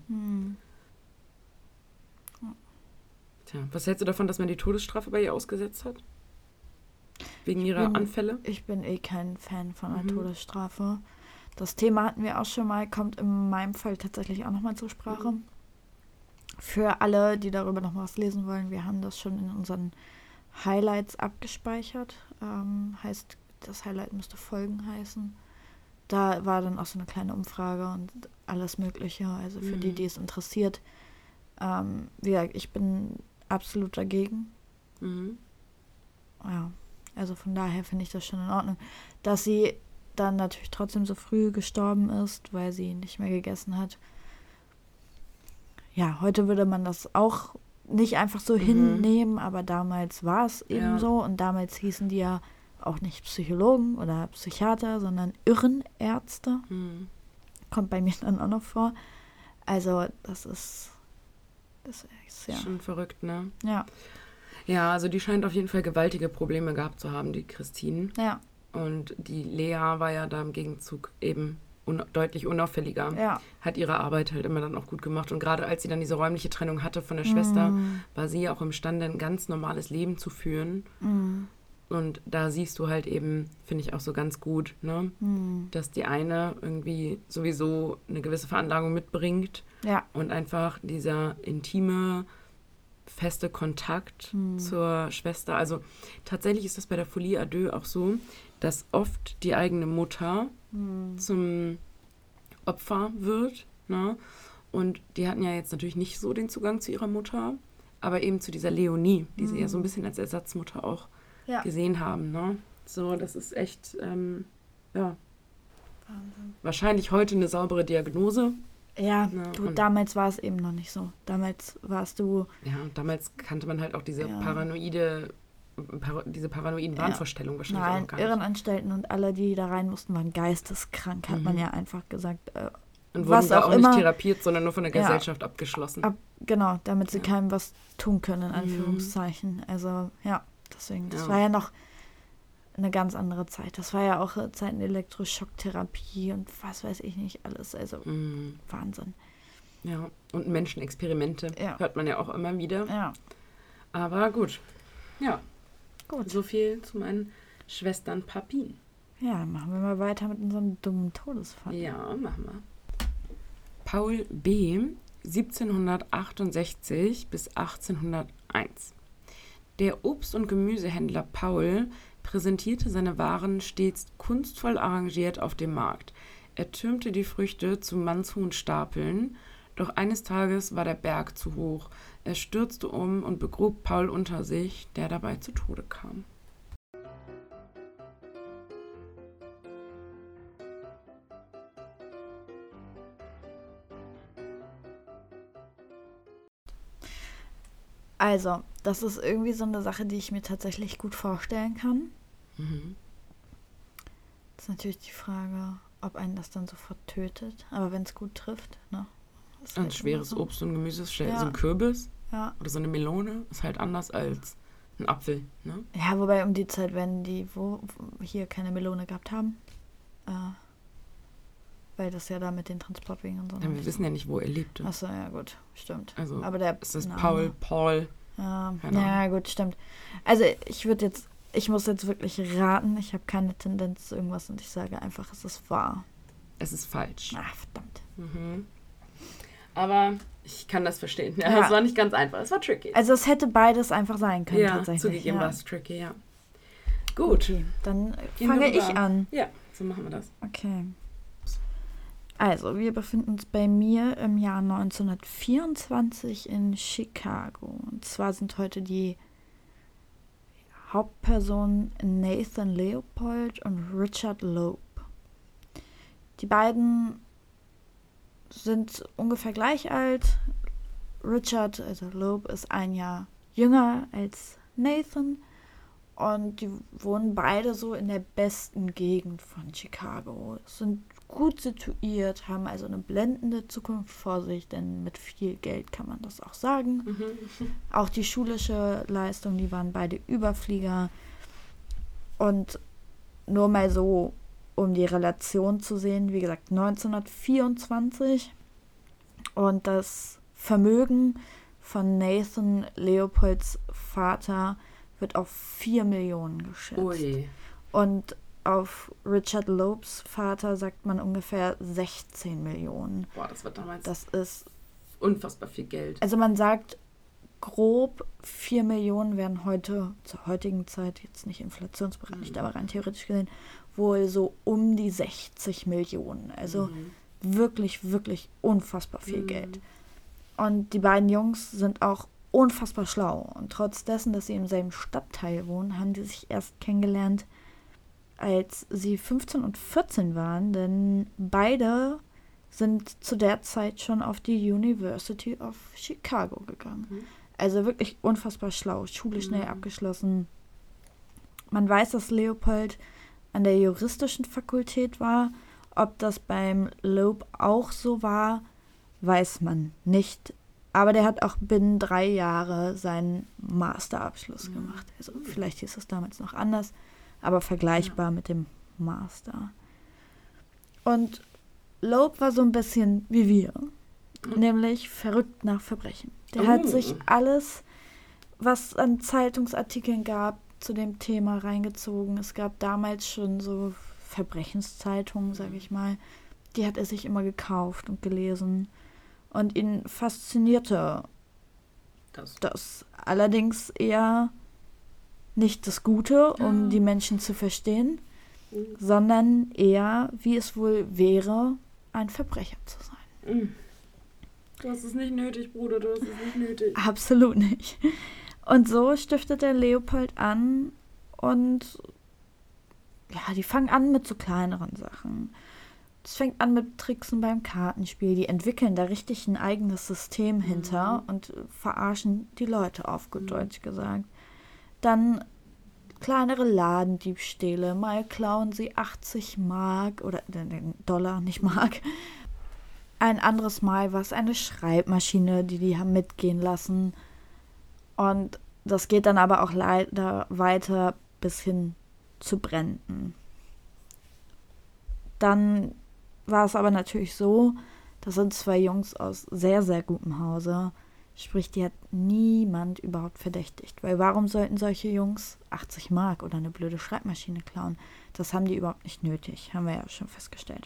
tja, was hältst du davon, dass man die Todesstrafe bei ihr ausgesetzt hat? Wegen ihrer Anfälle? Ich bin kein Fan von einer Todesstrafe. Das Thema hatten wir auch schon mal, kommt in meinem Fall tatsächlich auch nochmal zur Sprache. Für alle, die darüber noch was lesen wollen, wir haben das schon in unseren Highlights abgespeichert. Heißt, das Highlight müsste Folgen heißen. Da war dann auch so eine kleine Umfrage und alles Mögliche. Also für die es interessiert. Wie gesagt, ich bin absolut dagegen. Mhm. Ja, also von daher finde ich das schon in Ordnung. Dass sie dann natürlich trotzdem so früh gestorben ist, weil sie nicht mehr gegessen hat. Ja, heute würde man das auch nicht einfach so hinnehmen, aber damals war es eben so. Und damals hießen die ja auch nicht Psychologen oder Psychiater, sondern Irrenärzte. Mhm. Kommt bei mir dann auch noch vor. Also das ist ja. Schon verrückt, ne? Ja. Ja, also die scheint auf jeden Fall gewaltige Probleme gehabt zu haben, die Christine. Ja. Und die Lea war ja da im Gegenzug eben deutlich unauffälliger. Ja. Hat ihre Arbeit halt immer dann auch gut gemacht. Und gerade als sie dann diese räumliche Trennung hatte von der Schwester, war sie ja auch imstande, ein ganz normales Leben zu führen. Und da siehst du halt eben, finde ich auch so ganz gut, ne? Dass die eine irgendwie sowieso eine gewisse Veranlagung mitbringt. Ja. Und einfach dieser intime, feste Kontakt zur Schwester. Also tatsächlich ist das bei der Folie à deux auch so, dass oft die eigene Mutter zum Opfer wird. Ne? Und die hatten ja jetzt natürlich nicht so den Zugang zu ihrer Mutter, aber eben zu dieser Leonie, die sie ja so ein bisschen als Ersatzmutter auch gesehen haben. Ne? So, das ist echt, ja, Wahnsinn. Wahrscheinlich heute eine saubere Diagnose. Ja, damals war es eben noch nicht so. Damals warst du... Ja, und damals kannte man halt auch diese diese paranoiden Wahnvorstellungen wahrscheinlich auch gar nicht. Irrenanstalten und alle, die da rein mussten, waren geisteskrank, hat man ja einfach gesagt. Und wurden da auch nicht therapiert, sondern nur von der Gesellschaft abgeschlossen. Genau, damit sie keinem was tun können, in Anführungszeichen. Also, ja, deswegen, das war ja noch eine ganz andere Zeit. Das war ja auch Zeiten Elektroschocktherapie und was weiß ich nicht alles. Also, Wahnsinn. Ja, und Menschenexperimente hört man ja auch immer wieder. Ja. Aber gut. Ja. Gut. So viel zu meinen Schwestern Papin. Ja, dann machen wir mal weiter mit unserem dummen Todesfall. Ja, machen wir. Paul B. 1768 bis 1801. Der Obst- und Gemüsehändler Paul präsentierte seine Waren stets kunstvoll arrangiert auf dem Markt. Er türmte die Früchte zu mannshohen Stapeln, doch eines Tages war der Berg zu hoch. Er stürzte um und begrub Paul unter sich, der dabei zu Tode kam. Also, das ist irgendwie so eine Sache, die ich mir tatsächlich gut vorstellen kann. Das ist natürlich die Frage, ob einen das dann sofort tötet. Aber wenn es gut trifft, ne? Ein schweres so. Obst und Gemüse, so ein Kürbis oder so eine Melone ist halt anders als ein Apfel, ne? Ja, wobei um die Zeit, wenn die hier keine Melone gehabt haben, weil das ja da mit den Transportwegen und so. Ja, wir wissen ja nicht, wo er lebte. Achso, ja gut, stimmt. Also aber der ist das Paul. Ja, gut, stimmt. Also ich muss jetzt wirklich raten, ich habe keine Tendenz zu irgendwas und ich sage einfach, es ist wahr. Es ist falsch. Ach, verdammt. Aber ich kann das verstehen. Ja, es war nicht ganz einfach, es war tricky. Also es hätte beides einfach sein können, tatsächlich. Zugegeben war es tricky, ja. Gut. Okay, dann fange ich an. Ja, so machen wir das. Okay. Also, wir befinden uns bei mir im Jahr 1924 in Chicago. Und zwar sind heute die Hauptpersonen Nathan Leopold und Richard Loeb. Die beiden sind ungefähr gleich alt. Richard, also Loeb, ist ein Jahr jünger als Nathan. Und die wohnen beide so in der besten Gegend von Chicago. Sind gut situiert, haben also eine blendende Zukunft vor sich, denn mit viel Geld kann man das auch sagen. Auch die schulische Leistung, die waren beide Überflieger. Und nur mal so, um die Relation zu sehen, wie gesagt, 1924 und das Vermögen von Nathan Leopolds Vater wird auf 4 Millionen geschätzt. Ui. Und auf Richard Loebs Vater sagt man ungefähr 16 Millionen. Boah, das war damals das ist unfassbar viel Geld. Also man sagt grob 4 Millionen wären heute, zur heutigen Zeit, jetzt nicht inflationsbereinigt, aber rein theoretisch gesehen, wohl so um die 60 Millionen. Also wirklich, wirklich unfassbar viel Geld. Und die beiden Jungs sind auch unfassbar schlau. Und trotz dessen, dass sie im selben Stadtteil wohnen, haben die sich erst kennengelernt, als sie 15 und 14 waren, denn beide sind zu der Zeit schon auf die University of Chicago gegangen. Also wirklich unfassbar schlau, Schule schnell abgeschlossen. Man weiß, dass Leopold an der juristischen Fakultät war. Ob das beim Loeb auch so war, weiß man nicht. Aber der hat auch binnen 3 Jahre seinen Masterabschluss gemacht. Also vielleicht hieß es damals noch anders, aber vergleichbar mit dem Master. Und Loeb war so ein bisschen wie wir, nämlich verrückt nach Verbrechen. Der hat sich alles, was an Zeitungsartikeln gab, zu dem Thema reingezogen. Es gab damals schon so Verbrechenszeitungen, sage ich mal. Die hat er sich immer gekauft und gelesen. Und ihn faszinierte das. Allerdings eher nicht das Gute, um die Menschen zu verstehen, sondern eher, wie es wohl wäre, ein Verbrecher zu sein. Du hast es nicht nötig, Bruder, du hast es nicht nötig. Absolut nicht. Und so stiftet der Leopold an und ja, die fangen an mit so kleineren Sachen. Es fängt an mit Tricksen beim Kartenspiel. Die entwickeln da richtig ein eigenes System hinter und verarschen die Leute, auf gut Deutsch gesagt. Dann kleinere Ladendiebstähle. Mal klauen sie 80 Mark oder Dollar, nicht Mark. Ein anderes Mal war es eine Schreibmaschine, die haben mitgehen lassen. Und das geht dann aber auch leider weiter bis hin zu Bränden. Dann war es aber natürlich so, das sind 2 Jungs aus sehr, sehr gutem Hause. Sprich, die hat niemand überhaupt verdächtigt. Weil warum sollten solche Jungs 80 Mark oder eine blöde Schreibmaschine klauen? Das haben die überhaupt nicht nötig, haben wir ja schon festgestellt.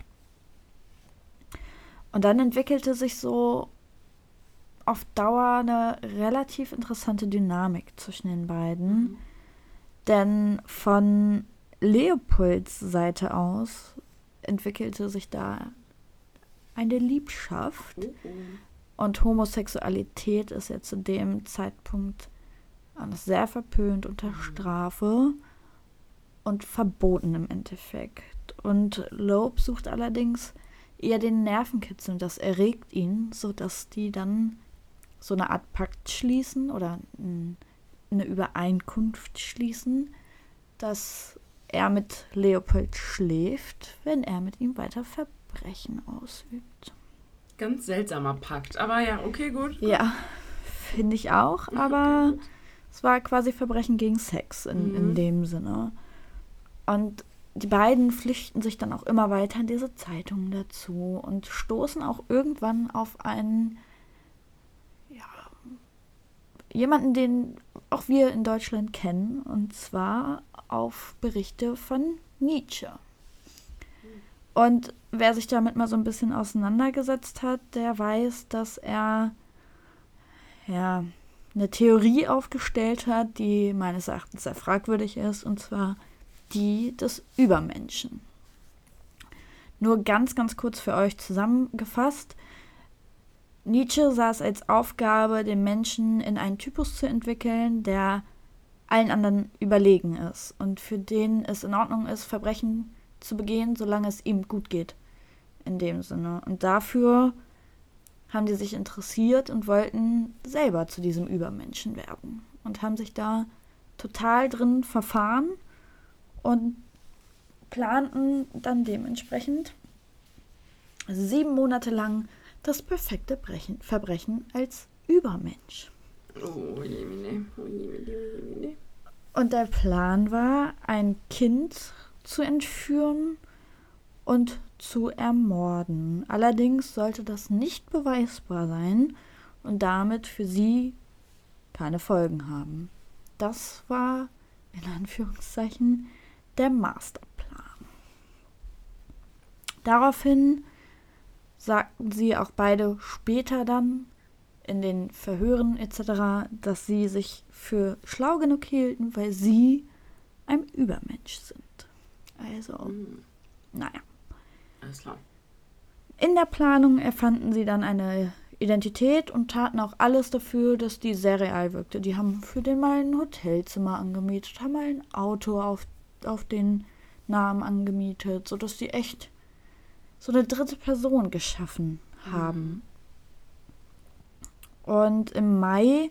Und dann entwickelte sich so auf Dauer eine relativ interessante Dynamik zwischen den beiden. Denn von Leopolds Seite aus entwickelte sich da eine Liebschaft. Und Homosexualität ist ja zu dem Zeitpunkt alles sehr verpönt, unter Strafe und verboten im Endeffekt. Und Loeb sucht allerdings eher den Nervenkitzel und das erregt ihn, sodass die dann so eine Art Pakt schließen oder eine Übereinkunft schließen, dass er mit Leopold schläft, wenn er mit ihm weiter Verbrechen ausübt. Ganz seltsamer Pakt, aber ja, okay, gut. Ja, finde ich auch, aber okay, es war quasi Verbrechen gegen Sex in dem Sinne. Und die beiden flüchten sich dann auch immer weiter in diese Zeitungen dazu und stoßen auch irgendwann auf einen, jemanden, den auch wir in Deutschland kennen, und zwar auf Berichte von Nietzsche. Und wer sich damit mal so ein bisschen auseinandergesetzt hat, der weiß, dass er eine Theorie aufgestellt hat, die meines Erachtens sehr fragwürdig ist, und zwar die des Übermenschen. Nur ganz, ganz kurz für euch zusammengefasst. Nietzsche sah es als Aufgabe, den Menschen in einen Typus zu entwickeln, der allen anderen überlegen ist und für den es in Ordnung ist, Verbrechen zu begehen, solange es ihm gut geht, in dem Sinne. Und dafür haben die sich interessiert und wollten selber zu diesem Übermenschen werden und haben sich da total drin verfahren und planten dann dementsprechend 7 Monate lang das perfekte Verbrechen als Übermensch. Oh je, oh je. Und der Plan war, ein Kind zu entführen und zu ermorden. Allerdings sollte das nicht beweisbar sein und damit für sie keine Folgen haben. Das war, in Anführungszeichen, der Masterplan. Daraufhin sagten sie auch beide später dann in den Verhören etc., dass sie sich für schlau genug hielten, weil sie ein Übermensch sind. Also, naja. Alles klar. In der Planung erfanden sie dann eine Identität und taten auch alles dafür, dass die sehr real wirkte. Die haben für den mal ein Hotelzimmer angemietet, haben mal ein Auto auf den Namen angemietet, sodass die echt so eine dritte Person geschaffen haben. Und im Mai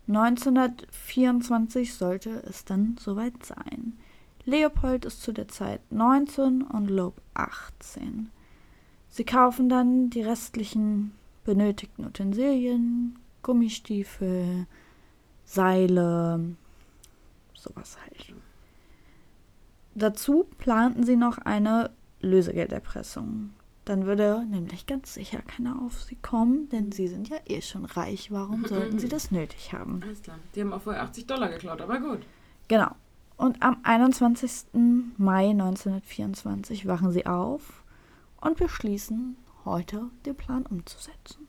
1924 sollte es dann soweit sein. Leopold ist zu der Zeit 19 und Loeb 18. Sie kaufen dann die restlichen benötigten Utensilien, Gummistiefel, Seile, sowas halt. Dazu planten sie noch eine Lösegelderpressung. Dann würde nämlich ganz sicher keiner auf sie kommen, denn sie sind ja eh schon reich. Warum sollten sie das nötig haben? Alles klar. Die haben auch vorher $80 geklaut, aber gut. Genau. Und am 21. Mai 1924 wachen sie auf und beschließen, heute den Plan umzusetzen.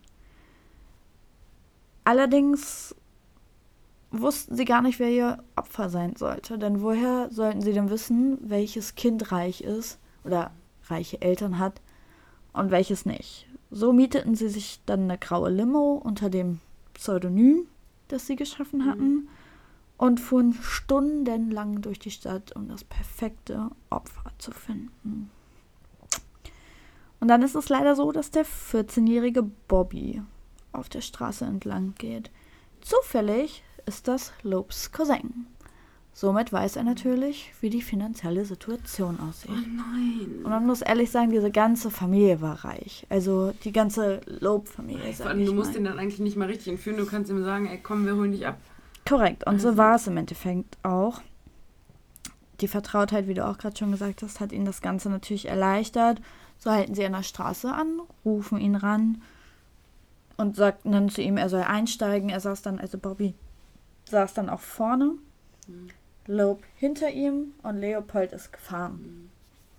Allerdings wussten sie gar nicht, wer ihr Opfer sein sollte. Denn woher sollten sie denn wissen, welches Kind reich ist oder reiche Eltern hat und welches nicht? So mieteten sie sich dann eine graue Limo unter dem Pseudonym, das sie geschaffen hatten, und fuhren stundenlang durch die Stadt, um das perfekte Opfer zu finden. Und dann ist es leider so, dass der 14-jährige Bobby auf der Straße entlang geht. Zufällig ist das Loebs Cousin. Somit weiß er natürlich, wie die finanzielle Situation aussieht. Oh nein. Und man muss ehrlich sagen, diese ganze Familie war reich. Also die ganze Loeb-Familie. Vor allem, du musst ihn dann eigentlich nicht mal richtig entführen. Du kannst ihm sagen, ey, komm, wir holen dich ab. Korrekt. Und so war es im Endeffekt auch. Die Vertrautheit, wie du auch gerade schon gesagt hast, hat ihn das Ganze natürlich erleichtert. So halten sie an der Straße an, rufen ihn ran und sagten dann zu ihm, er soll einsteigen. Er saß dann, also Bobby saß dann auch vorne, Loeb hinter ihm und Leopold ist gefahren.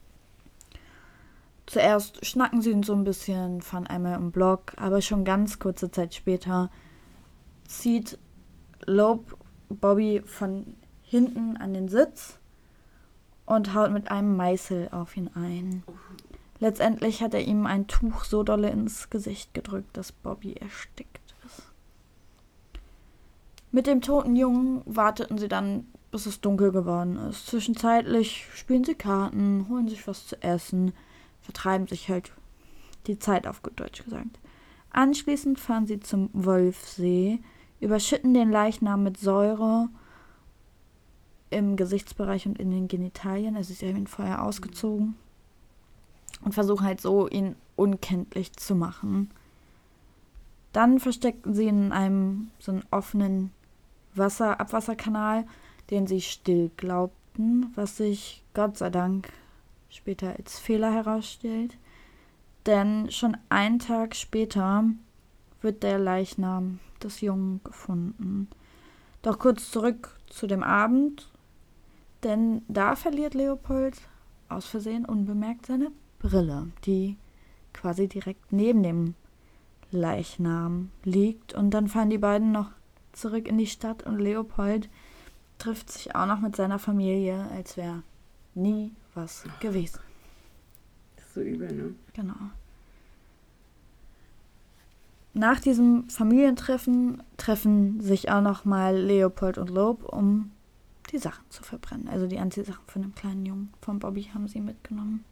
Zuerst schnacken sie ihn so ein bisschen, fahren einmal im Block, aber schon ganz kurze Zeit später zieht Loeb Bobby von hinten an den Sitz und haut mit einem Meißel auf ihn ein. Letztendlich hat er ihm ein Tuch so dolle ins Gesicht gedrückt, dass Bobby erstickt ist. Mit dem toten Jungen warteten sie dann, bis es dunkel geworden ist. Zwischenzeitlich spielen sie Karten, holen sich was zu essen, vertreiben sich halt die Zeit, auf gut Deutsch gesagt. Anschließend fahren sie zum Wolfsee, überschütten den Leichnam mit Säure im Gesichtsbereich und in den Genitalien. Also sie haben ihn vorher ausgezogen und versuchen halt so, ihn unkenntlich zu machen. Dann versteckten sie ihn in einem so einen offenen Abwasserkanal, den sie still glaubten, was sich Gott sei Dank später als Fehler herausstellt. Denn schon einen Tag später wird der Leichnam des Jungen gefunden. Doch kurz zurück zu dem Abend, denn da verliert Leopold aus Versehen unbemerkt seine Brille, die quasi direkt neben dem Leichnam liegt. Und dann fahren die beiden noch zurück in die Stadt und Leopold trifft sich auch noch mit seiner Familie, als wäre nie was gewesen. Das ist so übel, ne? Genau. Nach diesem Familientreffen treffen sich auch noch mal Leopold und Loeb, um die Sachen zu verbrennen. Also die Anziehsachen von dem kleinen Jungen. Von Bobby haben sie mitgenommen.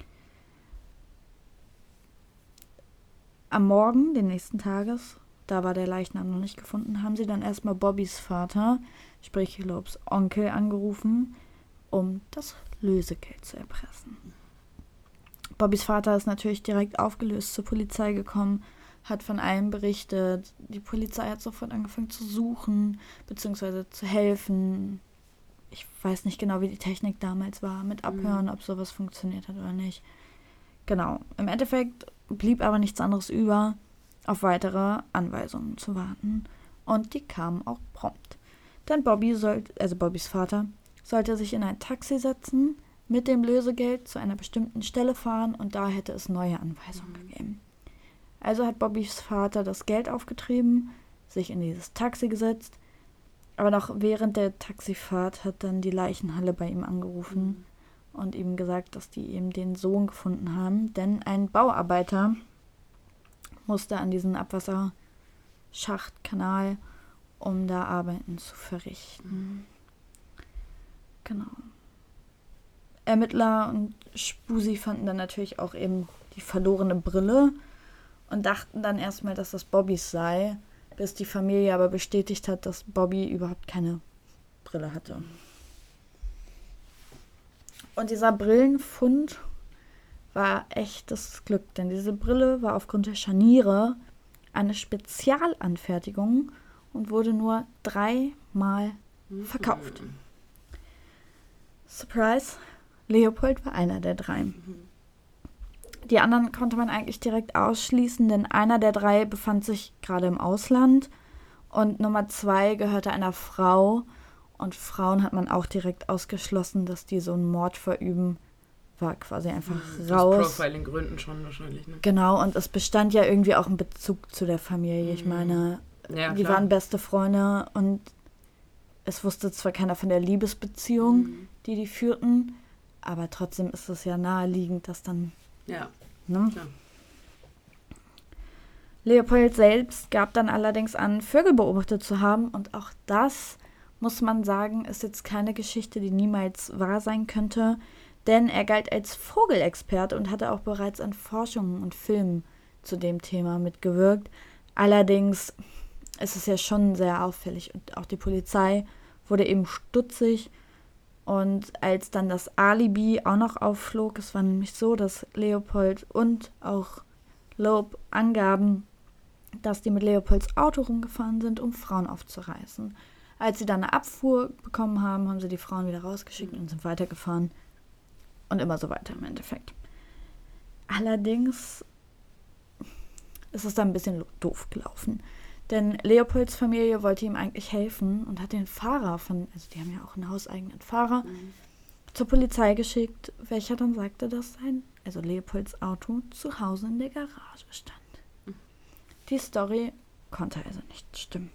Am Morgen, den nächsten Tages, da war der Leichnam noch nicht gefunden, haben sie dann erstmal Bobbys Vater, sprich Loebs Onkel, angerufen, um das Lösegeld zu erpressen. Bobbys Vater ist natürlich direkt aufgelöst zur Polizei gekommen, hat von allem berichtet. Die Polizei hat sofort angefangen zu suchen, beziehungsweise zu helfen. Ich weiß nicht genau, wie die Technik damals war, mit Abhören, ob sowas funktioniert hat oder nicht. Genau. Im Endeffekt blieb aber nichts anderes über, auf weitere Anweisungen zu warten. Und die kamen auch prompt. Denn Bobbys Vater, sollte sich in ein Taxi setzen, mit dem Lösegeld zu einer bestimmten Stelle fahren und da hätte es neue Anweisungen gegeben. Also hat Bobbys Vater das Geld aufgetrieben, sich in dieses Taxi gesetzt, aber noch während der Taxifahrt hat dann die Leichenhalle bei ihm angerufen und ihm gesagt, dass die eben den Sohn gefunden haben, denn ein Bauarbeiter musste an diesen Abwasserschachtkanal, um da Arbeiten zu verrichten. Genau. Ermittler und Spusi fanden dann natürlich auch eben die verlorene Brille und dachten dann erstmal, dass das Bobbys sei, bis die Familie aber bestätigt hat, dass Bobby überhaupt keine Brille hatte. Und dieser Brillenfund war echtes Glück, denn diese Brille war aufgrund der Scharniere eine Spezialanfertigung und wurde nur 3-mal verkauft. Surprise, Leopold war einer der 3. Die anderen konnte man eigentlich direkt ausschließen, denn einer der 3 befand sich gerade im Ausland und Nummer 2 gehörte einer Frau. Und Frauen hat man auch direkt ausgeschlossen, dass die so einen Mord verüben, war quasi einfach raus. Aus Profiling-Gründen schon wahrscheinlich, ne? Genau, und es bestand ja irgendwie auch ein Bezug zu der Familie. Ich meine, die waren beste Freunde und es wusste zwar keiner von der Liebesbeziehung, die führten, aber trotzdem ist es ja naheliegend, dass dann... Ja, ne? klar. Leopold selbst gab dann allerdings an, Vögel beobachtet zu haben und auch das, muss man sagen, ist jetzt keine Geschichte, die niemals wahr sein könnte, denn er galt als Vogelexperte und hatte auch bereits an Forschungen und Filmen zu dem Thema mitgewirkt. Allerdings ist es ja schon sehr auffällig und auch die Polizei wurde eben stutzig und als dann das Alibi auch noch aufflog, es war nämlich so, dass Leopold und auch Loeb angaben, dass die mit Leopolds Auto rumgefahren sind, um Frauen aufzureißen. Als sie dann eine Abfuhr bekommen haben, haben sie die Frauen wieder rausgeschickt und sind weitergefahren. Und immer so weiter im Endeffekt. Allerdings ist es dann ein bisschen doof gelaufen. Denn Leopolds Familie wollte ihm eigentlich helfen und hat den Fahrer also die haben ja auch einen hauseigenen Fahrer, zur Polizei geschickt, welcher dann sagte, dass also Leopolds Auto zu Hause in der Garage stand. Die Story konnte also nicht stimmen.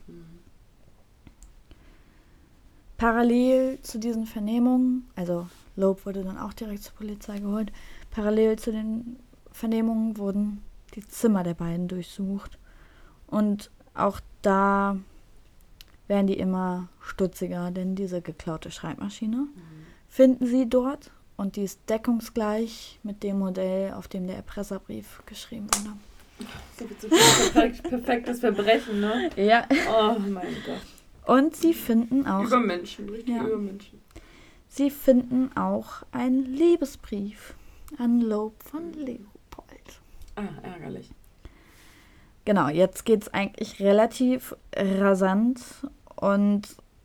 Parallel zu diesen Vernehmungen, also Loeb wurde dann auch direkt zur Polizei geholt, parallel zu den Vernehmungen wurden die Zimmer der beiden durchsucht. Und auch da werden die immer stutziger, denn diese geklaute Schreibmaschine finden sie dort und die ist deckungsgleich mit dem Modell, auf dem der Erpresserbrief geschrieben wurde. So perfektes Verbrechen, ne? Ja. Oh mein Gott. Und sie finden auch... Übermenschen, richtig Übermenschen. Sie finden auch einen Liebesbrief an Loeb von Leopold. Ah, ärgerlich. Genau, jetzt geht es eigentlich relativ rasant und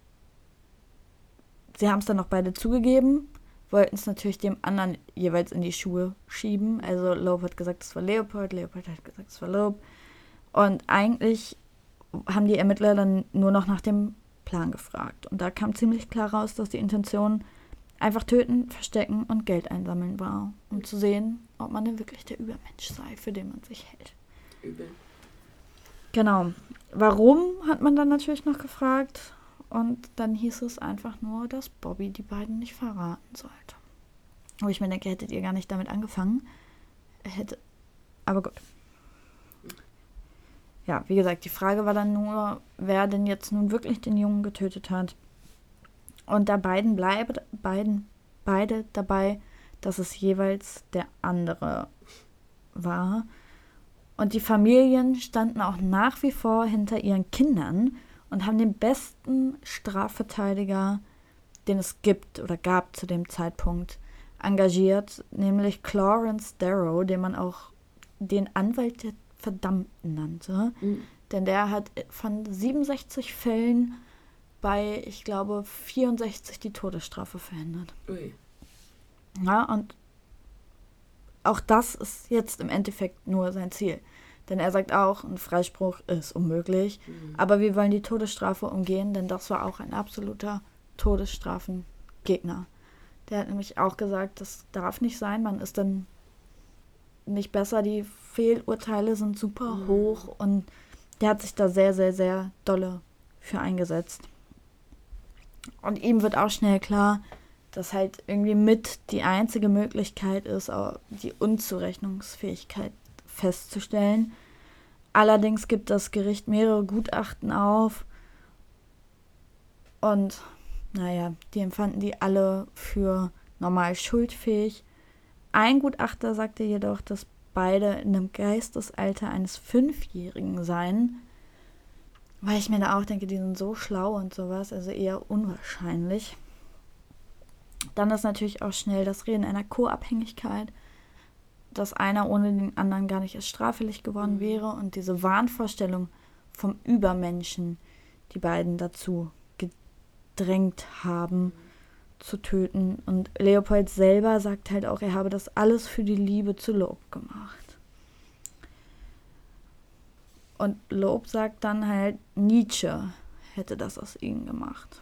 sie haben es dann noch beide zugegeben, wollten es natürlich dem anderen jeweils in die Schuhe schieben. Also Loeb hat gesagt, es war Leopold, Leopold hat gesagt, es war Loeb. Und eigentlich haben die Ermittler dann nur noch nach dem Plan gefragt. Und da kam ziemlich klar raus, dass die Intention einfach töten, verstecken und Geld einsammeln war, um zu sehen, ob man denn wirklich der Übermensch sei, für den man sich hält. Übel. Genau. Warum, hat man dann natürlich noch gefragt. Und dann hieß es einfach nur, dass Bobby die beiden nicht verraten sollte. Wo ich mir denke, hättet ihr gar nicht damit angefangen. Aber gut. Ja, wie gesagt, die Frage war dann nur, wer denn jetzt nun wirklich den Jungen getötet hat. Und da beide dabei, dass es jeweils der andere war. Und die Familien standen auch nach wie vor hinter ihren Kindern und haben den besten Strafverteidiger, den es gibt oder gab zu dem Zeitpunkt, engagiert, nämlich Clarence Darrow, den man auch den Anwalt der Verdammten nannte. Denn der hat von 67 Fällen bei, ich glaube, 64 die Todesstrafe verhindert. Ui. Ja, und auch das ist jetzt im Endeffekt nur sein Ziel. Denn er sagt auch, ein Freispruch ist unmöglich. Aber wir wollen die Todesstrafe umgehen, denn das war auch ein absoluter Todesstrafengegner. Der hat nämlich auch gesagt, das darf nicht sein, man ist dann nicht besser, die Fehlurteile sind super hoch und der hat sich da sehr, sehr, sehr dolle für eingesetzt. Und ihm wird auch schnell klar, dass halt irgendwie mit die einzige Möglichkeit ist, auch die Unzurechnungsfähigkeit festzustellen. Allerdings gibt das Gericht mehrere Gutachten auf und naja, die empfanden die alle für normal schuldfähig. Ein Gutachter sagte jedoch, dass beide in einem Geistesalter eines 5-Jährigen seien, weil ich mir da auch denke, die sind so schlau und sowas, also eher unwahrscheinlich. Dann ist natürlich auch schnell das Reden einer Co-Abhängigkeit, dass einer ohne den anderen gar nicht erst straffällig geworden wäre und diese Wahnvorstellung vom Übermenschen die beiden dazu gedrängt haben, zu töten. Und Leopold selber sagt halt auch, er habe das alles für die Liebe zu Loeb gemacht. Und Loeb sagt dann halt, Nietzsche hätte das aus ihnen gemacht.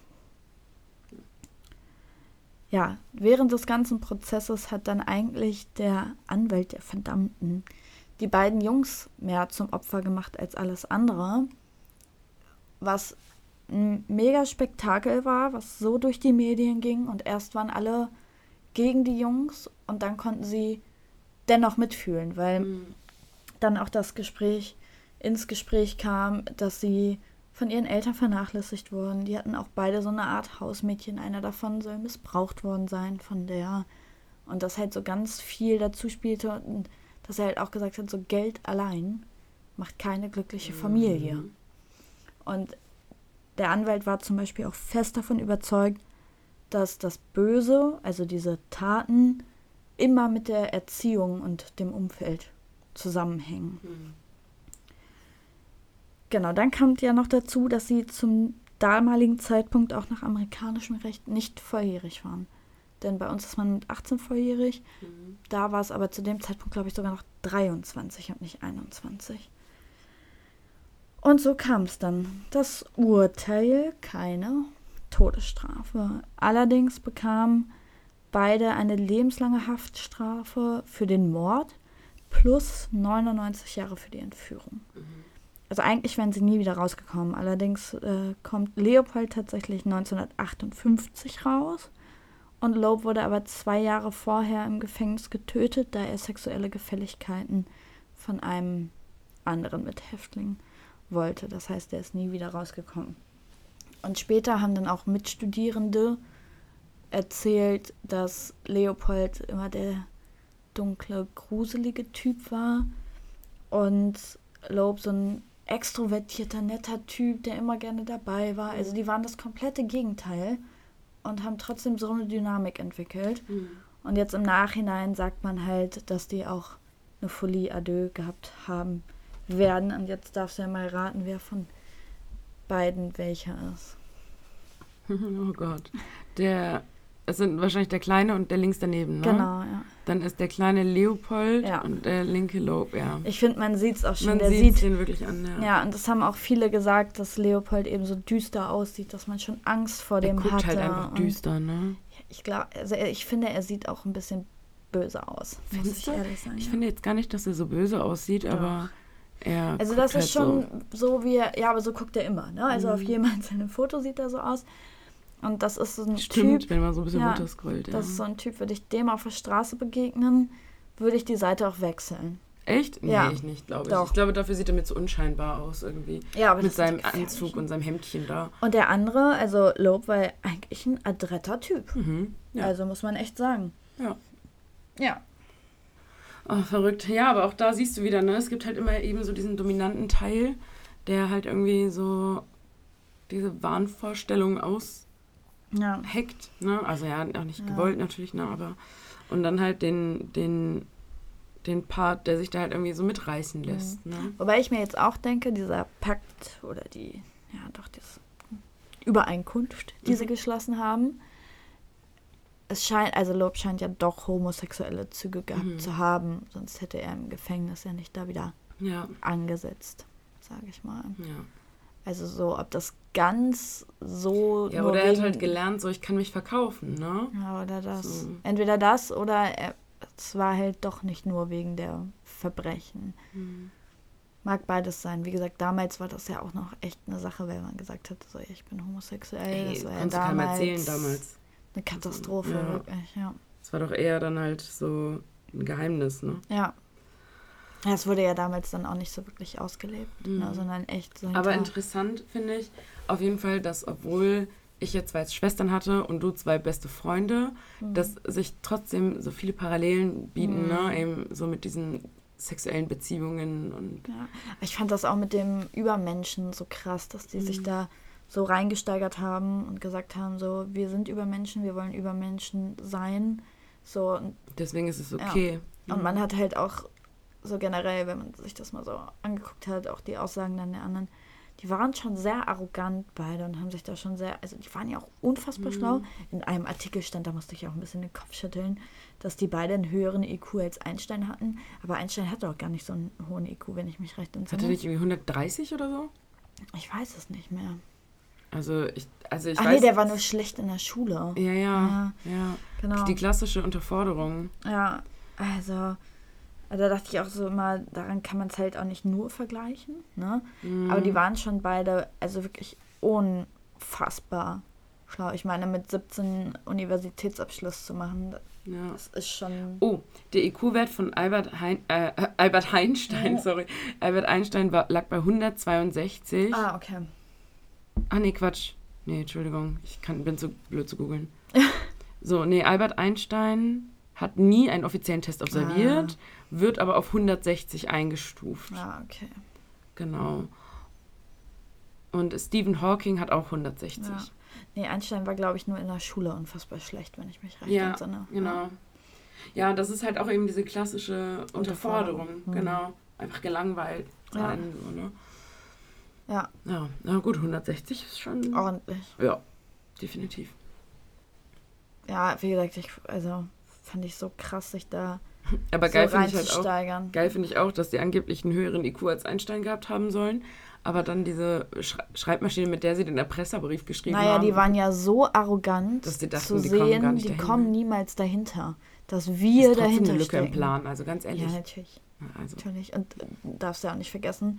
Ja, während des ganzen Prozesses hat dann eigentlich der Anwalt der Verdammten die beiden Jungs mehr zum Opfer gemacht als alles andere, was ein mega Spektakel war, was so durch die Medien ging und erst waren alle gegen die Jungs und dann konnten sie dennoch mitfühlen, weil dann auch ins Gespräch kam, dass sie von ihren Eltern vernachlässigt wurden. Die hatten auch beide so eine Art Hausmädchen. Einer davon soll missbraucht worden sein von der. Und das halt so ganz viel dazu spielte und dass er halt auch gesagt hat, so Geld allein macht keine glückliche Familie. Und der Anwalt war zum Beispiel auch fest davon überzeugt, dass das Böse, also diese Taten, immer mit der Erziehung und dem Umfeld zusammenhängen. Genau, dann kommt ja noch dazu, dass sie zum damaligen Zeitpunkt auch nach amerikanischem Recht nicht volljährig waren. Denn bei uns ist man mit 18 volljährig. Da war es aber zu dem Zeitpunkt, glaube ich, sogar noch 23 und nicht 21. Und so kam es dann. Das Urteil, keine Todesstrafe. Allerdings bekamen beide eine lebenslange Haftstrafe für den Mord plus 99 Jahre für die Entführung. Also eigentlich wären sie nie wieder rausgekommen. Allerdings kommt Leopold tatsächlich 1958 raus und Loeb wurde aber 2 Jahre vorher im Gefängnis getötet, da er sexuelle Gefälligkeiten von einem anderen Mithäftling wollte. Das heißt, er ist nie wieder rausgekommen. Und später haben dann auch Mitstudierende erzählt, dass Leopold immer der dunkle, gruselige Typ war und Loeb so ein extrovertierter, netter Typ, der immer gerne dabei war. Also die waren das komplette Gegenteil und haben trotzdem so eine Dynamik entwickelt. Und jetzt im Nachhinein sagt man halt, dass die auch eine Folie à deux gehabt haben werden. Und jetzt darfst du ja mal raten, wer von beiden welcher ist. Oh Gott. Es sind wahrscheinlich der Kleine und der links daneben, ne? Genau, ja. Dann ist der kleine Leopold und der linke Loeb, ja. Ich finde, man sieht es auch schon. Man sieht den wirklich an, ja. Ja, und das haben auch viele gesagt, dass Leopold eben so düster aussieht, dass man schon Angst vor dem hatte. Er guckt halt einfach düster, ne? Ich finde, er sieht auch ein bisschen böse aus, muss ich ehrlich sagen. Ich finde jetzt gar nicht, dass er so böse aussieht, aber er also das halt ist schon so wie er, aber so guckt er immer, ne? Also auf jedem einzelnen Foto sieht er so aus. Und das ist so ein Stimmt, Typ, wenn man so ein bisschen runterscrollt, ja. Das ist so ein Typ, würde ich dem auf der Straße begegnen, würde ich die Seite auch wechseln. Echt? Nee, ja. Ich nicht, glaube ich. Doch. Ich glaube, dafür sieht er mir zu unscheinbar aus irgendwie. Ja, aber mit seinem Anzug und seinem Hemdchen da. Und der andere, also Loeb, war eigentlich ein adretter Typ. Ja. Also muss man echt sagen. Ja. Oh, verrückt. Ja, aber auch da siehst du wieder, ne? Es gibt halt immer eben so diesen dominanten Teil, der halt irgendwie so diese Wahnvorstellung hackt, ne? Also ja, auch nicht gewollt natürlich, ne? Aber und dann halt den Part, der sich da halt irgendwie so mitreißen lässt, ne? Wobei ich mir jetzt auch denke, dieser Pakt oder diese Übereinkunft, die sie geschlossen haben, Loeb scheint ja doch homosexuelle Züge gehabt zu haben, sonst hätte er im Gefängnis ja nicht da wieder angesetzt, sage ich mal. Ja. Also so, ob das ganz so... Ja, oder er hat halt gelernt, so ich kann mich verkaufen, ne? Ja, oder das. So. Entweder das oder es war halt doch nicht nur wegen der Verbrechen. Mag beides sein. Wie gesagt, damals war das ja auch noch echt eine Sache, weil man gesagt hat, so ich bin homosexuell. Das war ja damals eine Katastrophe, wirklich, ja. Das war doch eher dann halt so ein Geheimnis, ne? Ja. Ja, es wurde ja damals dann auch nicht so wirklich ausgelebt, ne, sondern echt so Aber interessant finde ich auf jeden Fall, dass obwohl ich jetzt 2 Schwestern hatte und du 2 beste Freunde, dass sich trotzdem so viele Parallelen bieten, ne? Eben so mit diesen sexuellen Beziehungen und... Ja, ich fand das auch mit dem Übermenschen so krass, dass die sich da so reingesteigert haben und gesagt haben, so, wir sind Übermenschen, wir wollen Übermenschen sein. So, und deswegen ist es okay. Ja. Und man hat halt auch so generell, wenn man sich das mal so angeguckt hat, auch die Aussagen dann der anderen, die waren schon sehr arrogant beide und haben sich da schon sehr, also die waren ja auch unfassbar schlau. In einem Artikel stand, da musste ich auch ein bisschen den Kopf schütteln, dass die beide einen höheren IQ als Einstein hatten. Aber Einstein hatte auch gar nicht so einen hohen IQ, wenn ich mich recht entsinne. Hatte nicht irgendwie 130 oder so? Ich weiß es nicht mehr. Also ich Ach weiß... nee, der war nur schlecht in der Schule. Ja. Genau. Die klassische Unterforderung. Ja, also da dachte ich auch so immer, daran kann man es halt auch nicht nur vergleichen, ne? Aber die waren schon beide, also wirklich unfassbar schlau. Ich meine, mit 17 Universitätsabschluss zu machen, das ist schon... Oh, der IQ-Wert von Albert Einstein lag bei 162. Ah, okay. Ah, nee, Quatsch. Nee, Entschuldigung, ich bin zu blöd zu googeln. So, nee, Albert Einstein hat nie einen offiziellen Test absolviert, wird aber auf 160 eingestuft. Ah, okay. Genau. Und Stephen Hawking hat auch 160. Ja. Nee, Einstein war, glaube ich, nur in der Schule unfassbar schlecht, wenn ich mich recht entsinne. Genau. Ja, das ist halt auch eben diese klassische Unterforderung. Genau. Einfach gelangweilt sein. So, ne? Ja. Ja, na gut, 160 ist schon... Ordentlich. Ja, definitiv. Ja, wie gesagt, fand ich so krass, sich da aber so geil finde ich halt auch, reinzusteigern. geil finde ich auch, dass die angeblich einen höheren IQ als Einstein gehabt haben sollen, aber dann diese Schreibmaschine, mit der sie den Erpresserbrief geschrieben haben. Naja, die waren ja so arrogant, dass die dachten, zu die kommen sehen, gar nicht die dahin. kommen niemals dahinter. Dass Das wir ist trotzdem dahinter eine Lücke stecken. im Plan, also ganz ehrlich. Ja, natürlich. Also. Natürlich. Und darfst ja auch nicht vergessen,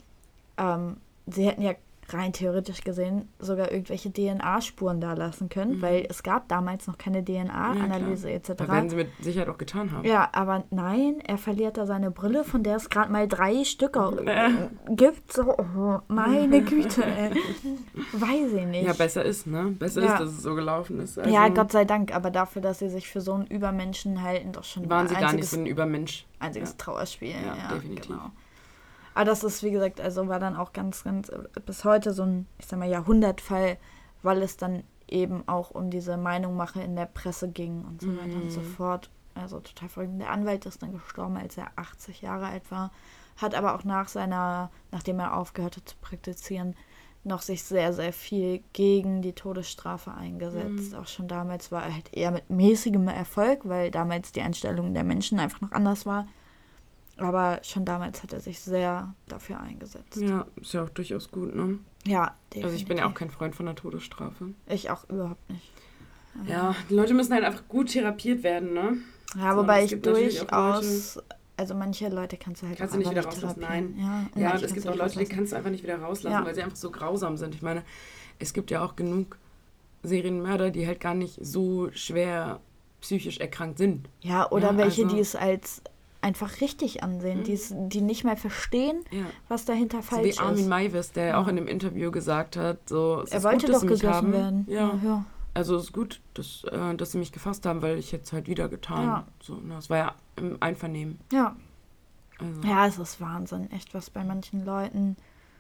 sie hätten ja rein theoretisch gesehen sogar irgendwelche DNA-Spuren da lassen können, weil es gab damals noch keine DNA-Analyse etc. Das werden sie mit Sicherheit auch getan haben. Ja, aber nein, er verliert da seine Brille, von der es gerade mal 3 Stücke gibt. So, oh, meine Güte, ey. Weiß ich nicht. Ja, besser ist, ne? Besser ist, dass es so gelaufen ist. Also ja, Gott sei Dank, aber dafür, dass sie sich für so einen Übermenschen halten, doch schon waren sie gar nicht so ein Übermensch. Einziges Trauerspiel. Ja, definitiv. Genau. Aber das ist, wie gesagt, also war dann auch ganz, ganz bis heute so ein, ich sag mal, Jahrhundertfall, weil es dann eben auch um diese Meinungmache in der Presse ging und so weiter und so fort. Also total verrückt. Der Anwalt ist dann gestorben, als er 80 Jahre alt war, hat aber auch nachdem er aufgehört hat zu praktizieren, noch sich sehr, sehr viel gegen die Todesstrafe eingesetzt. Auch schon damals war er halt eher mit mäßigem Erfolg, weil damals die Einstellung der Menschen einfach noch anders war. Aber schon damals hat er sich sehr dafür eingesetzt. Ja, ist ja auch durchaus gut, ne? Ja, definitiv. Also ich bin ja auch kein Freund von der Todesstrafe. Ich auch überhaupt nicht. Ja, die Leute müssen halt einfach gut therapiert werden, ne? Ja, so, wobei ich durchaus... Also manche Leute kannst du halt kannst auch du nicht wieder nicht rauslassen, therapieren. nein. Ja, es gibt auch Leute, die kannst du einfach nicht wieder rauslassen, weil sie einfach so grausam sind. Ich meine, es gibt ja auch genug Serienmörder, die halt gar nicht so schwer psychisch erkrankt sind. Ja, oder welche, die es als einfach richtig ansehen, die nicht mal verstehen, was dahinter falsch ist. Wie Armin Meiwes, der auch in dem Interview gesagt hat, so, es er ist wollte gut, dass doch sie mich gegessen haben. werden. Ja. Also es ist gut, dass sie mich gefasst haben, weil ich jetzt halt wieder getan. Ja. So, ne, das war ja im Einvernehmen. Ja. Also. Ja, es ist Wahnsinn, echt, was bei manchen Leuten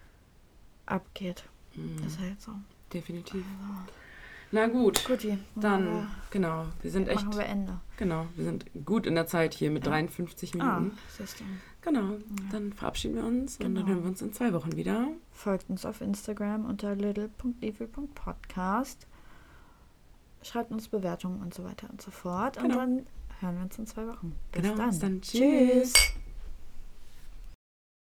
abgeht. Ist halt so. Definitiv. Na gut, Guti, dann, genau, wir sind echt... Machen wir Ende. Genau, wir sind gut in der Zeit hier mit 53 Minuten. Siehst du. Genau, dann verabschieden wir uns und dann hören wir uns in 2 Wochen wieder. Folgt uns auf Instagram unter little.evil.podcast. Schreibt uns Bewertungen und so weiter und so fort. Und dann hören wir uns in 2 Wochen. Bis dann. Tschüss.